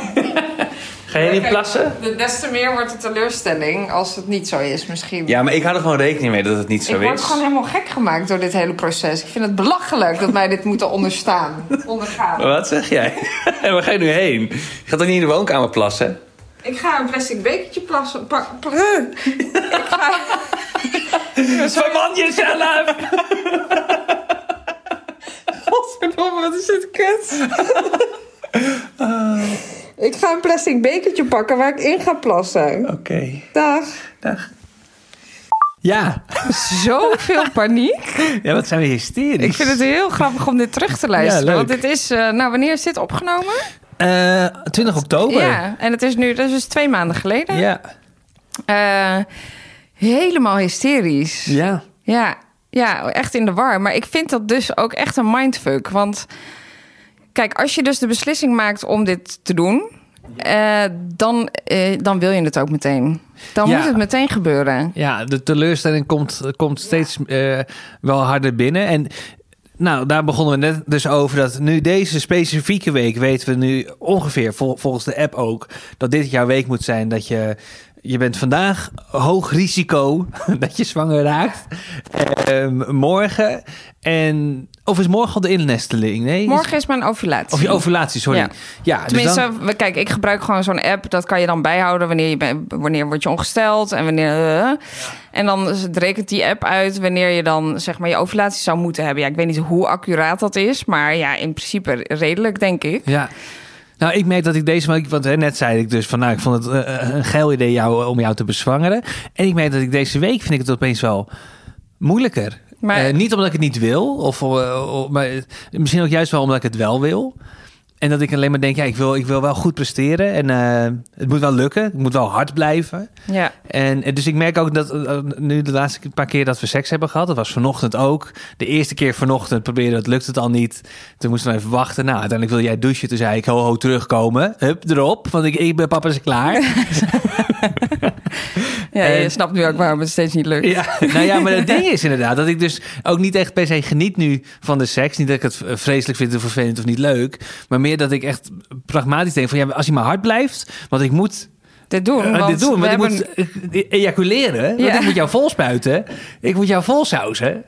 C: Ga je niet
B: Kijk,
C: plassen?
B: de- Des te meer wordt de teleurstelling als het niet zo is, misschien.
C: Ja, maar ik hou er gewoon rekening mee dat het niet zo
B: ik word
C: is.
B: gewoon helemaal gek gemaakt door dit hele proces. Ik vind het belachelijk dat wij dit moeten onderstaan. Ondergaan.
C: Maar wat zeg jij? En waar ga je nu heen? Je gaat toch niet in de woonkamer plassen?
B: Ik ga een plastic bekertje plassen. Pa, pla- ik ga...
C: Verman jezelf!
B: Godverdomme, wat is dit kut? Ik ga een plastic bekertje pakken waar ik in ga plassen.
C: Oké. Okay.
B: Dag.
C: Dag.
A: Ja.
B: Zoveel paniek.
A: Ja, wat zijn we hysterisch.
B: Ik vind het heel grappig om dit terug te luisteren.
A: Ja, leuk.
B: Want dit is... Uh, nou, wanneer is dit opgenomen?
A: Uh, twintig oktober.
B: Ja, en het is nu... Dat is dus twee maanden geleden.
A: Ja.
B: Uh, helemaal hysterisch.
A: Ja.
B: Ja, ja, echt in de war. Maar ik vind dat dus ook echt een mindfuck. Want kijk, als je dus de beslissing maakt om dit te doen... Uh, dan, uh, dan wil je het ook meteen. Dan
A: ja.
B: moet het meteen gebeuren.
A: Ja, de teleurstelling komt, komt steeds uh, wel harder binnen. En nou, daar begonnen we net dus over dat nu deze specifieke week weten we nu ongeveer, vol, volgens de app ook, dat dit jouw week moet zijn dat je... Je bent vandaag hoog risico dat je zwanger raakt. Uh, morgen. En, of is morgen al de innesteling? Nee,
B: morgen is mijn ovulatie.
A: Of je ovulatie, sorry. Ja,
B: ja tenminste, dus dan... kijk, ik gebruik gewoon zo'n app. Dat kan je dan bijhouden wanneer je ben, wanneer word je ongesteld en wanneer. Uh, ja. En dan rekent die app uit wanneer je dan zeg maar je ovulatie zou moeten hebben. Ja, ik weet niet hoe accuraat dat is, maar ja, in principe redelijk, denk ik.
A: Ja. Nou, ik merk dat ik deze week, want hè, net zei ik dus van, nou, ik vond het uh, een geil idee jou, om jou te bezwangeren. En ik merk dat ik deze week vind ik het opeens wel moeilijker. Maar... Uh, niet omdat ik het niet wil, of, uh, maar misschien ook juist wel omdat ik het wel wil. En dat ik alleen maar denk, ja, ik wil, ik wil wel goed presteren. En uh, het moet wel lukken. Het moet wel hard blijven.
B: Ja.
A: En, en dus ik merk ook dat uh, nu de laatste paar keer dat we seks hebben gehad. Dat was vanochtend ook. De eerste keer vanochtend probeerde dat, lukt het al niet. Toen moesten we even wachten. Nou, uiteindelijk wilde jij douchen. Toen zei ik, ho, ho, terugkomen. Hup, erop. Want ik, ik ben papa is klaar.
B: Ja, en, je snapt nu ook waarom het steeds niet lukt.
A: Ja, nou ja, maar het ding is inderdaad dat ik dus ook niet echt per se geniet nu van de seks. Niet dat ik het vreselijk vind of vervelend of niet leuk. Maar meer dat ik echt pragmatisch denk van ja, als je maar hard blijft, want ik moet
B: dit doen,
A: uh,
B: want
A: dit doen, want ik
B: hebben...
A: moet ejaculeren, want ja. ik moet jou vol spuiten, ik moet jou vol sausen.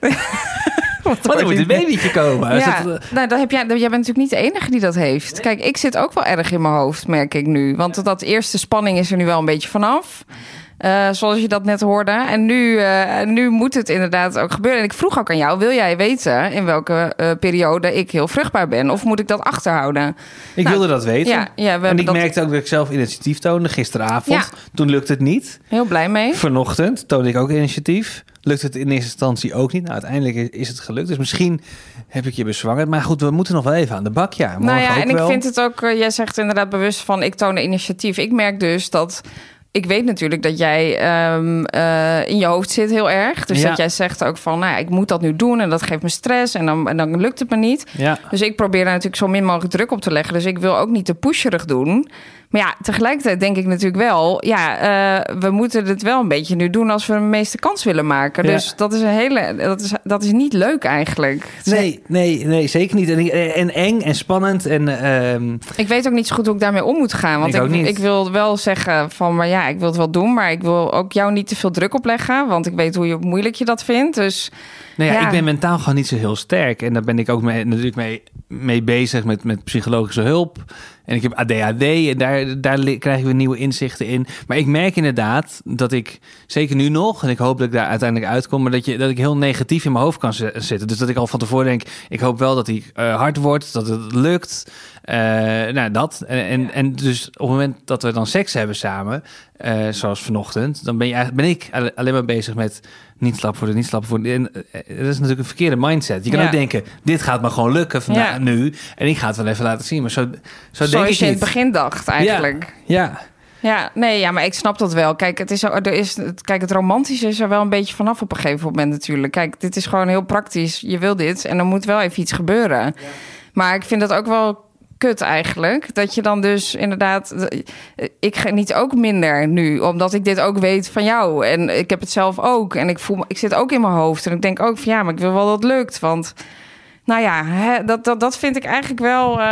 A: Want er moet een babytje komen.
B: Ja, het, uh... nou, dat heb jij, jij bent natuurlijk niet de enige die dat heeft. Nee. Kijk, ik zit ook wel erg in mijn hoofd, merk ik nu. Want dat eerste spanning is er nu wel een beetje vanaf. Uh, zoals je dat net hoorde. En nu, uh, nu moet het inderdaad ook gebeuren. En ik vroeg ook aan jou, wil jij weten in welke uh, periode ik heel vruchtbaar ben? Of moet ik dat achterhouden?
A: Ik nou, wilde dat weten.
B: Ja, ja, we
A: en ik
B: dat...
A: merkte ook dat ik zelf initiatief toonde gisteravond. Ja. Toen lukte het niet.
B: Heel blij mee.
A: Vanochtend toonde ik ook initiatief. Lukte het in eerste instantie ook niet. Nou, uiteindelijk is het gelukt. Dus misschien heb ik je bezwangerd. Maar goed, we moeten nog wel even aan de bak. Ja, morgen
B: nou ja,
A: ook
B: en
A: wel.
B: Ik vind het ook, uh, jij zegt inderdaad bewust van ik toon initiatief. Ik merk dus dat... Ik weet natuurlijk dat jij um, uh, in je hoofd zit heel erg. Dus ja. dat jij zegt ook van, nou ja, ik moet dat nu doen en dat geeft me stress en dan, en dan lukt het me niet.
A: Ja.
B: Dus ik probeer daar natuurlijk zo min mogelijk druk op te leggen. Dus ik wil ook niet te pusherig doen. Maar ja, tegelijkertijd denk ik natuurlijk wel, ja, uh, we moeten het wel een beetje nu doen als we de meeste kans willen maken. Ja. Dus dat is een hele, dat is, dat is niet leuk eigenlijk.
A: Nee, nee, nee, zeker niet. En, en eng en spannend. En, uh...
B: ik weet ook niet zo goed hoe ik daarmee om moet gaan. Want
A: ik,
B: ik, ik wil wel zeggen van, maar ja, ik wil het wel doen, maar ik wil ook jou niet te veel druk opleggen, want ik weet hoe je, moeilijk je dat vindt. Dus
A: nou ja,
B: ja,
A: ik ben mentaal gewoon niet zo heel sterk. En daar ben ik ook mee, natuurlijk mee, mee bezig met, met psychologische hulp. En ik heb A D H D en daar, daar krijgen we nieuwe inzichten in. Maar ik merk inderdaad dat ik, zeker nu nog, en ik hoop dat ik daar uiteindelijk uitkom, maar dat, je, dat ik heel negatief in mijn hoofd kan zitten. Dus dat ik al van tevoren denk, ik hoop wel dat hij uh, hard wordt, dat het lukt. Uh, nou, dat. En, en, en dus op het moment dat we dan seks hebben samen, uh, zoals vanochtend, dan ben, je, ben ik alleen maar bezig met niet slapen worden, niet slapen worden. En, uh, dat is natuurlijk een verkeerde mindset. Je kan ja. ook denken, dit gaat me gewoon lukken vandaag, ja. nu. En ik ga het wel even laten zien. Maar zo, zo denk
B: Zoals
A: ik
B: je in
A: niet.
B: het begin dacht eigenlijk.
A: Ja, ja.
B: Ja, nee, ja, maar ik snap dat wel. Kijk, het is, er is, kijk, het romantische is er wel een beetje vanaf op een gegeven moment natuurlijk. Kijk, dit is gewoon heel praktisch. Je wil dit en er moet wel even iets gebeuren. Ja. Maar ik vind dat ook wel kut eigenlijk. Dat je dan dus inderdaad... Ik geniet ook minder nu, omdat ik dit ook weet van jou. En ik heb het zelf ook. En ik voel, ik zit ook in mijn hoofd. En ik denk ook van ja, maar ik wil wel dat het lukt. Want nou ja, hè, dat, dat, dat vind ik eigenlijk wel... Uh,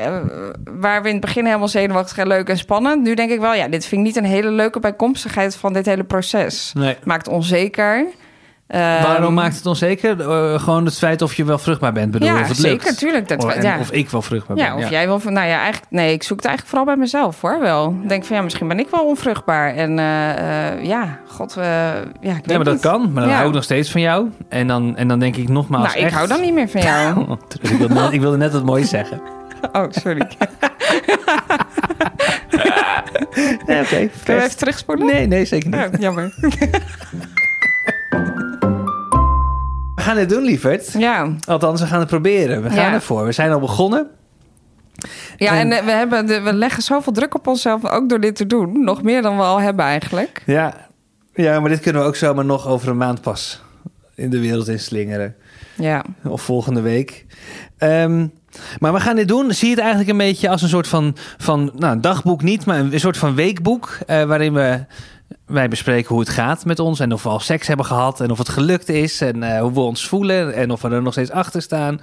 B: waar we in het begin helemaal zenuwachtig en leuk en spannend. Nu denk ik wel, ja, dit vind ik niet een hele leuke bijkomstigheid van dit hele proces.
A: Nee.
B: Maakt onzeker. Um,
A: Waarom maakt het onzeker? Uh, gewoon het feit of je wel vruchtbaar bent, bedoel
B: ja,
A: of het
B: zeker,
A: lukt.
B: Tuurlijk, dat,
A: of, en,
B: ja.
A: of ik wel vruchtbaar
B: ja,
A: ben.
B: Of
A: ja, of
B: jij wel... Nou ja, eigenlijk... Nee, ik zoek het eigenlijk vooral bij mezelf, hoor, wel. Ik denk van, ja, misschien ben ik wel onvruchtbaar. En uh, uh, ja, god, uh, ja, ik weet
A: Ja, maar dat
B: niet.
A: kan. Maar dan
B: ja.
A: hou ik nog steeds van jou. En dan, en dan denk ik nogmaals
B: Nou, ik
A: echt...
B: hou dan niet meer van jou.
A: ik, wilde net, ik wilde net wat moois zeggen.
B: Oh, sorry.
A: Nee, oké. Okay,
B: Kunnen we even terugspoelen?
A: Nee, nee, zeker niet.
B: Oh, jammer.
A: We gaan het doen, lieverd.
B: Ja.
A: Althans, we gaan het proberen. We gaan
B: ja.
A: ervoor. We zijn al begonnen.
B: Ja, en, en we, hebben de, we leggen zoveel druk op onszelf, ook door dit te doen. Nog meer dan we al hebben eigenlijk.
A: Ja, ja, maar dit kunnen we ook zomaar nog over een maand pas in de wereld inslingeren.
B: Ja.
A: Of volgende week. Um, maar we gaan dit doen. Zie je het eigenlijk een beetje als een soort van, van nou, dagboek niet, maar een soort van weekboek. Uh, waarin we Wij bespreken hoe het gaat met ons en of we al seks hebben gehad en of het gelukt is en uh, hoe we ons voelen en of we er nog steeds achter staan.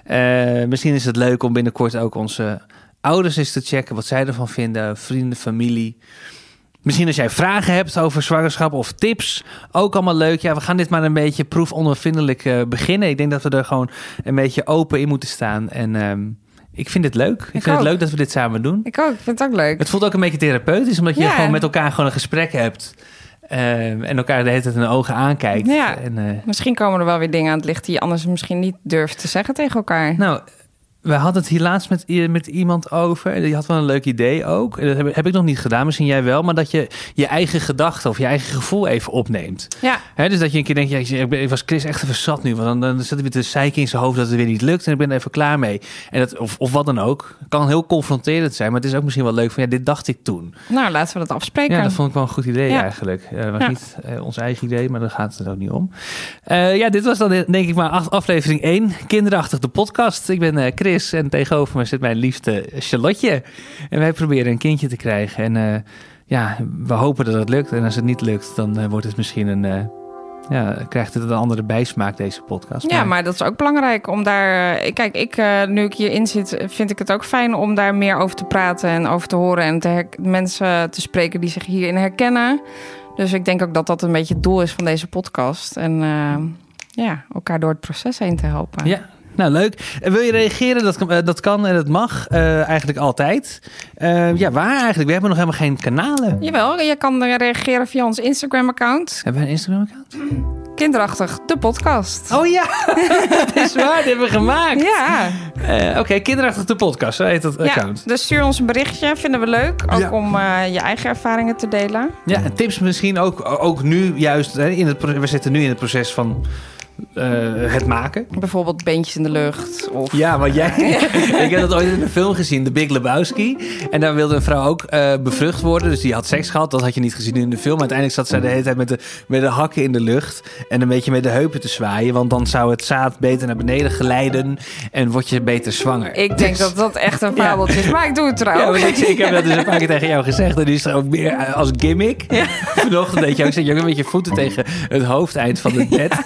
A: Uh, misschien is het leuk om binnenkort ook onze ouders eens te checken wat zij ervan vinden, vrienden, familie. Misschien als jij vragen hebt over zwangerschap of tips, ook allemaal leuk. Ja, we gaan dit maar een beetje proefondervindelijk uh, beginnen. Ik denk dat we er gewoon een beetje open in moeten staan. En um, ik vind het leuk. Ik, ik vind ook. het leuk dat we dit samen doen.
B: Ik ook, ik vind het ook leuk.
A: Het voelt ook een beetje therapeutisch, omdat je ja. gewoon met elkaar gewoon een gesprek hebt. Uh, en elkaar de hele tijd in de ogen aankijkt.
B: Ja,
A: en, uh,
B: misschien komen er wel weer dingen aan het licht die je anders misschien niet durft te zeggen tegen elkaar.
A: Nou, we hadden het hier laatst met, met iemand over. Die had wel een leuk idee ook. Dat heb, heb ik nog niet gedaan, misschien jij wel. Maar dat je je eigen gedachten of je eigen gevoel even opneemt.
B: Ja.
A: He, dus dat je een keer denkt, ja, ik was Chris echt even zat nu. Want dan, dan zit hij weer te zeiken in zijn hoofd dat het weer niet lukt. En ik ben er even klaar mee. En dat, of, of wat dan ook. Het kan heel confronterend zijn. Maar het is ook misschien wel leuk van, ja, dit dacht ik toen.
B: Nou, laten we dat afspreken.
A: Ja, dat vond ik wel een goed idee ja. eigenlijk. Dat uh, was ja. niet uh, ons eigen idee, maar daar gaat het ook niet om. Uh, ja, dit was dan denk ik maar aflevering één. Kinderachtig de podcast. Ik ben uh, Chris en tegenover me zit mijn liefste Charlotte. En wij proberen een kindje te krijgen. En uh, ja, we hopen dat het lukt. En als het niet lukt, dan uh, wordt het misschien een... Uh, ja, krijgt het een andere bijsmaak, deze podcast.
B: Ja, maar, maar dat is ook belangrijk om daar... Uh, kijk, ik, uh, nu ik hierin zit, vind ik het ook fijn om daar meer over te praten en over te horen. En te her- mensen te spreken die zich hierin herkennen. Dus ik denk ook dat dat een beetje het doel is van deze podcast. En uh, ja, elkaar door het proces heen te helpen.
A: Ja. Nou, leuk. En wil je reageren? Dat kan, dat kan en dat mag uh, eigenlijk altijd. Uh, ja, waar eigenlijk? We hebben nog helemaal geen kanalen.
B: Jawel, je kan reageren via ons Instagram-account.
A: Hebben we een Instagram-account?
B: Kinderachtig, de podcast.
A: Oh ja, dat is waar. Dat hebben we gemaakt.
B: Ja.
A: Uh, Oké, okay, Kinderachtig, de podcast. Zo heet dat
B: ja,
A: account.
B: Dus stuur ons een berichtje. Vinden we leuk. Ook
A: ja.
B: om uh, je eigen ervaringen te delen.
A: Ja, en tips misschien ook, ook nu juist. Hè, in het, we zitten nu in het proces van... Uh, het maken.
B: Bijvoorbeeld beentjes in de lucht. Of...
A: Ja, maar jij... ik heb dat ooit in een film gezien, The Big Lebowski. En daar wilde een vrouw ook uh, bevrucht worden. Dus die had seks gehad. Dat had je niet gezien in de film. Maar uiteindelijk zat zij de hele tijd met de, met de hakken in de lucht. En een beetje met de heupen te zwaaien. Want dan zou het zaad beter naar beneden glijden. En word je beter zwanger.
B: Ik denk dus... dat dat echt een fabeltje ja. is. Maar ik doe het trouwens.
A: Ja, ik, ik heb dat dus een paar keer tegen jou gezegd. En die is er ook meer als gimmick. Ja. Vanochtend deed je ook, zet je ook een beetje voeten tegen het hoofdeind van het bed.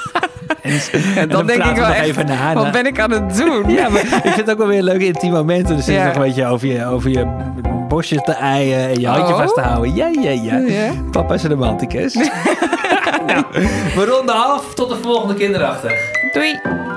A: En,
B: ja, dan, dan denk ik wel echt, even na, wat ben ik aan het doen?
A: Ja, maar ik vind het ook wel weer een leuke intieme momenten. Dus ja. je nog een beetje over je, over je bosjes te eien en je handje oh. vast te houden. Ja, ja, ja. ja. Papa is een romanticus. Nou, we ronden af. Tot de volgende Kinderachtig.
B: Doei.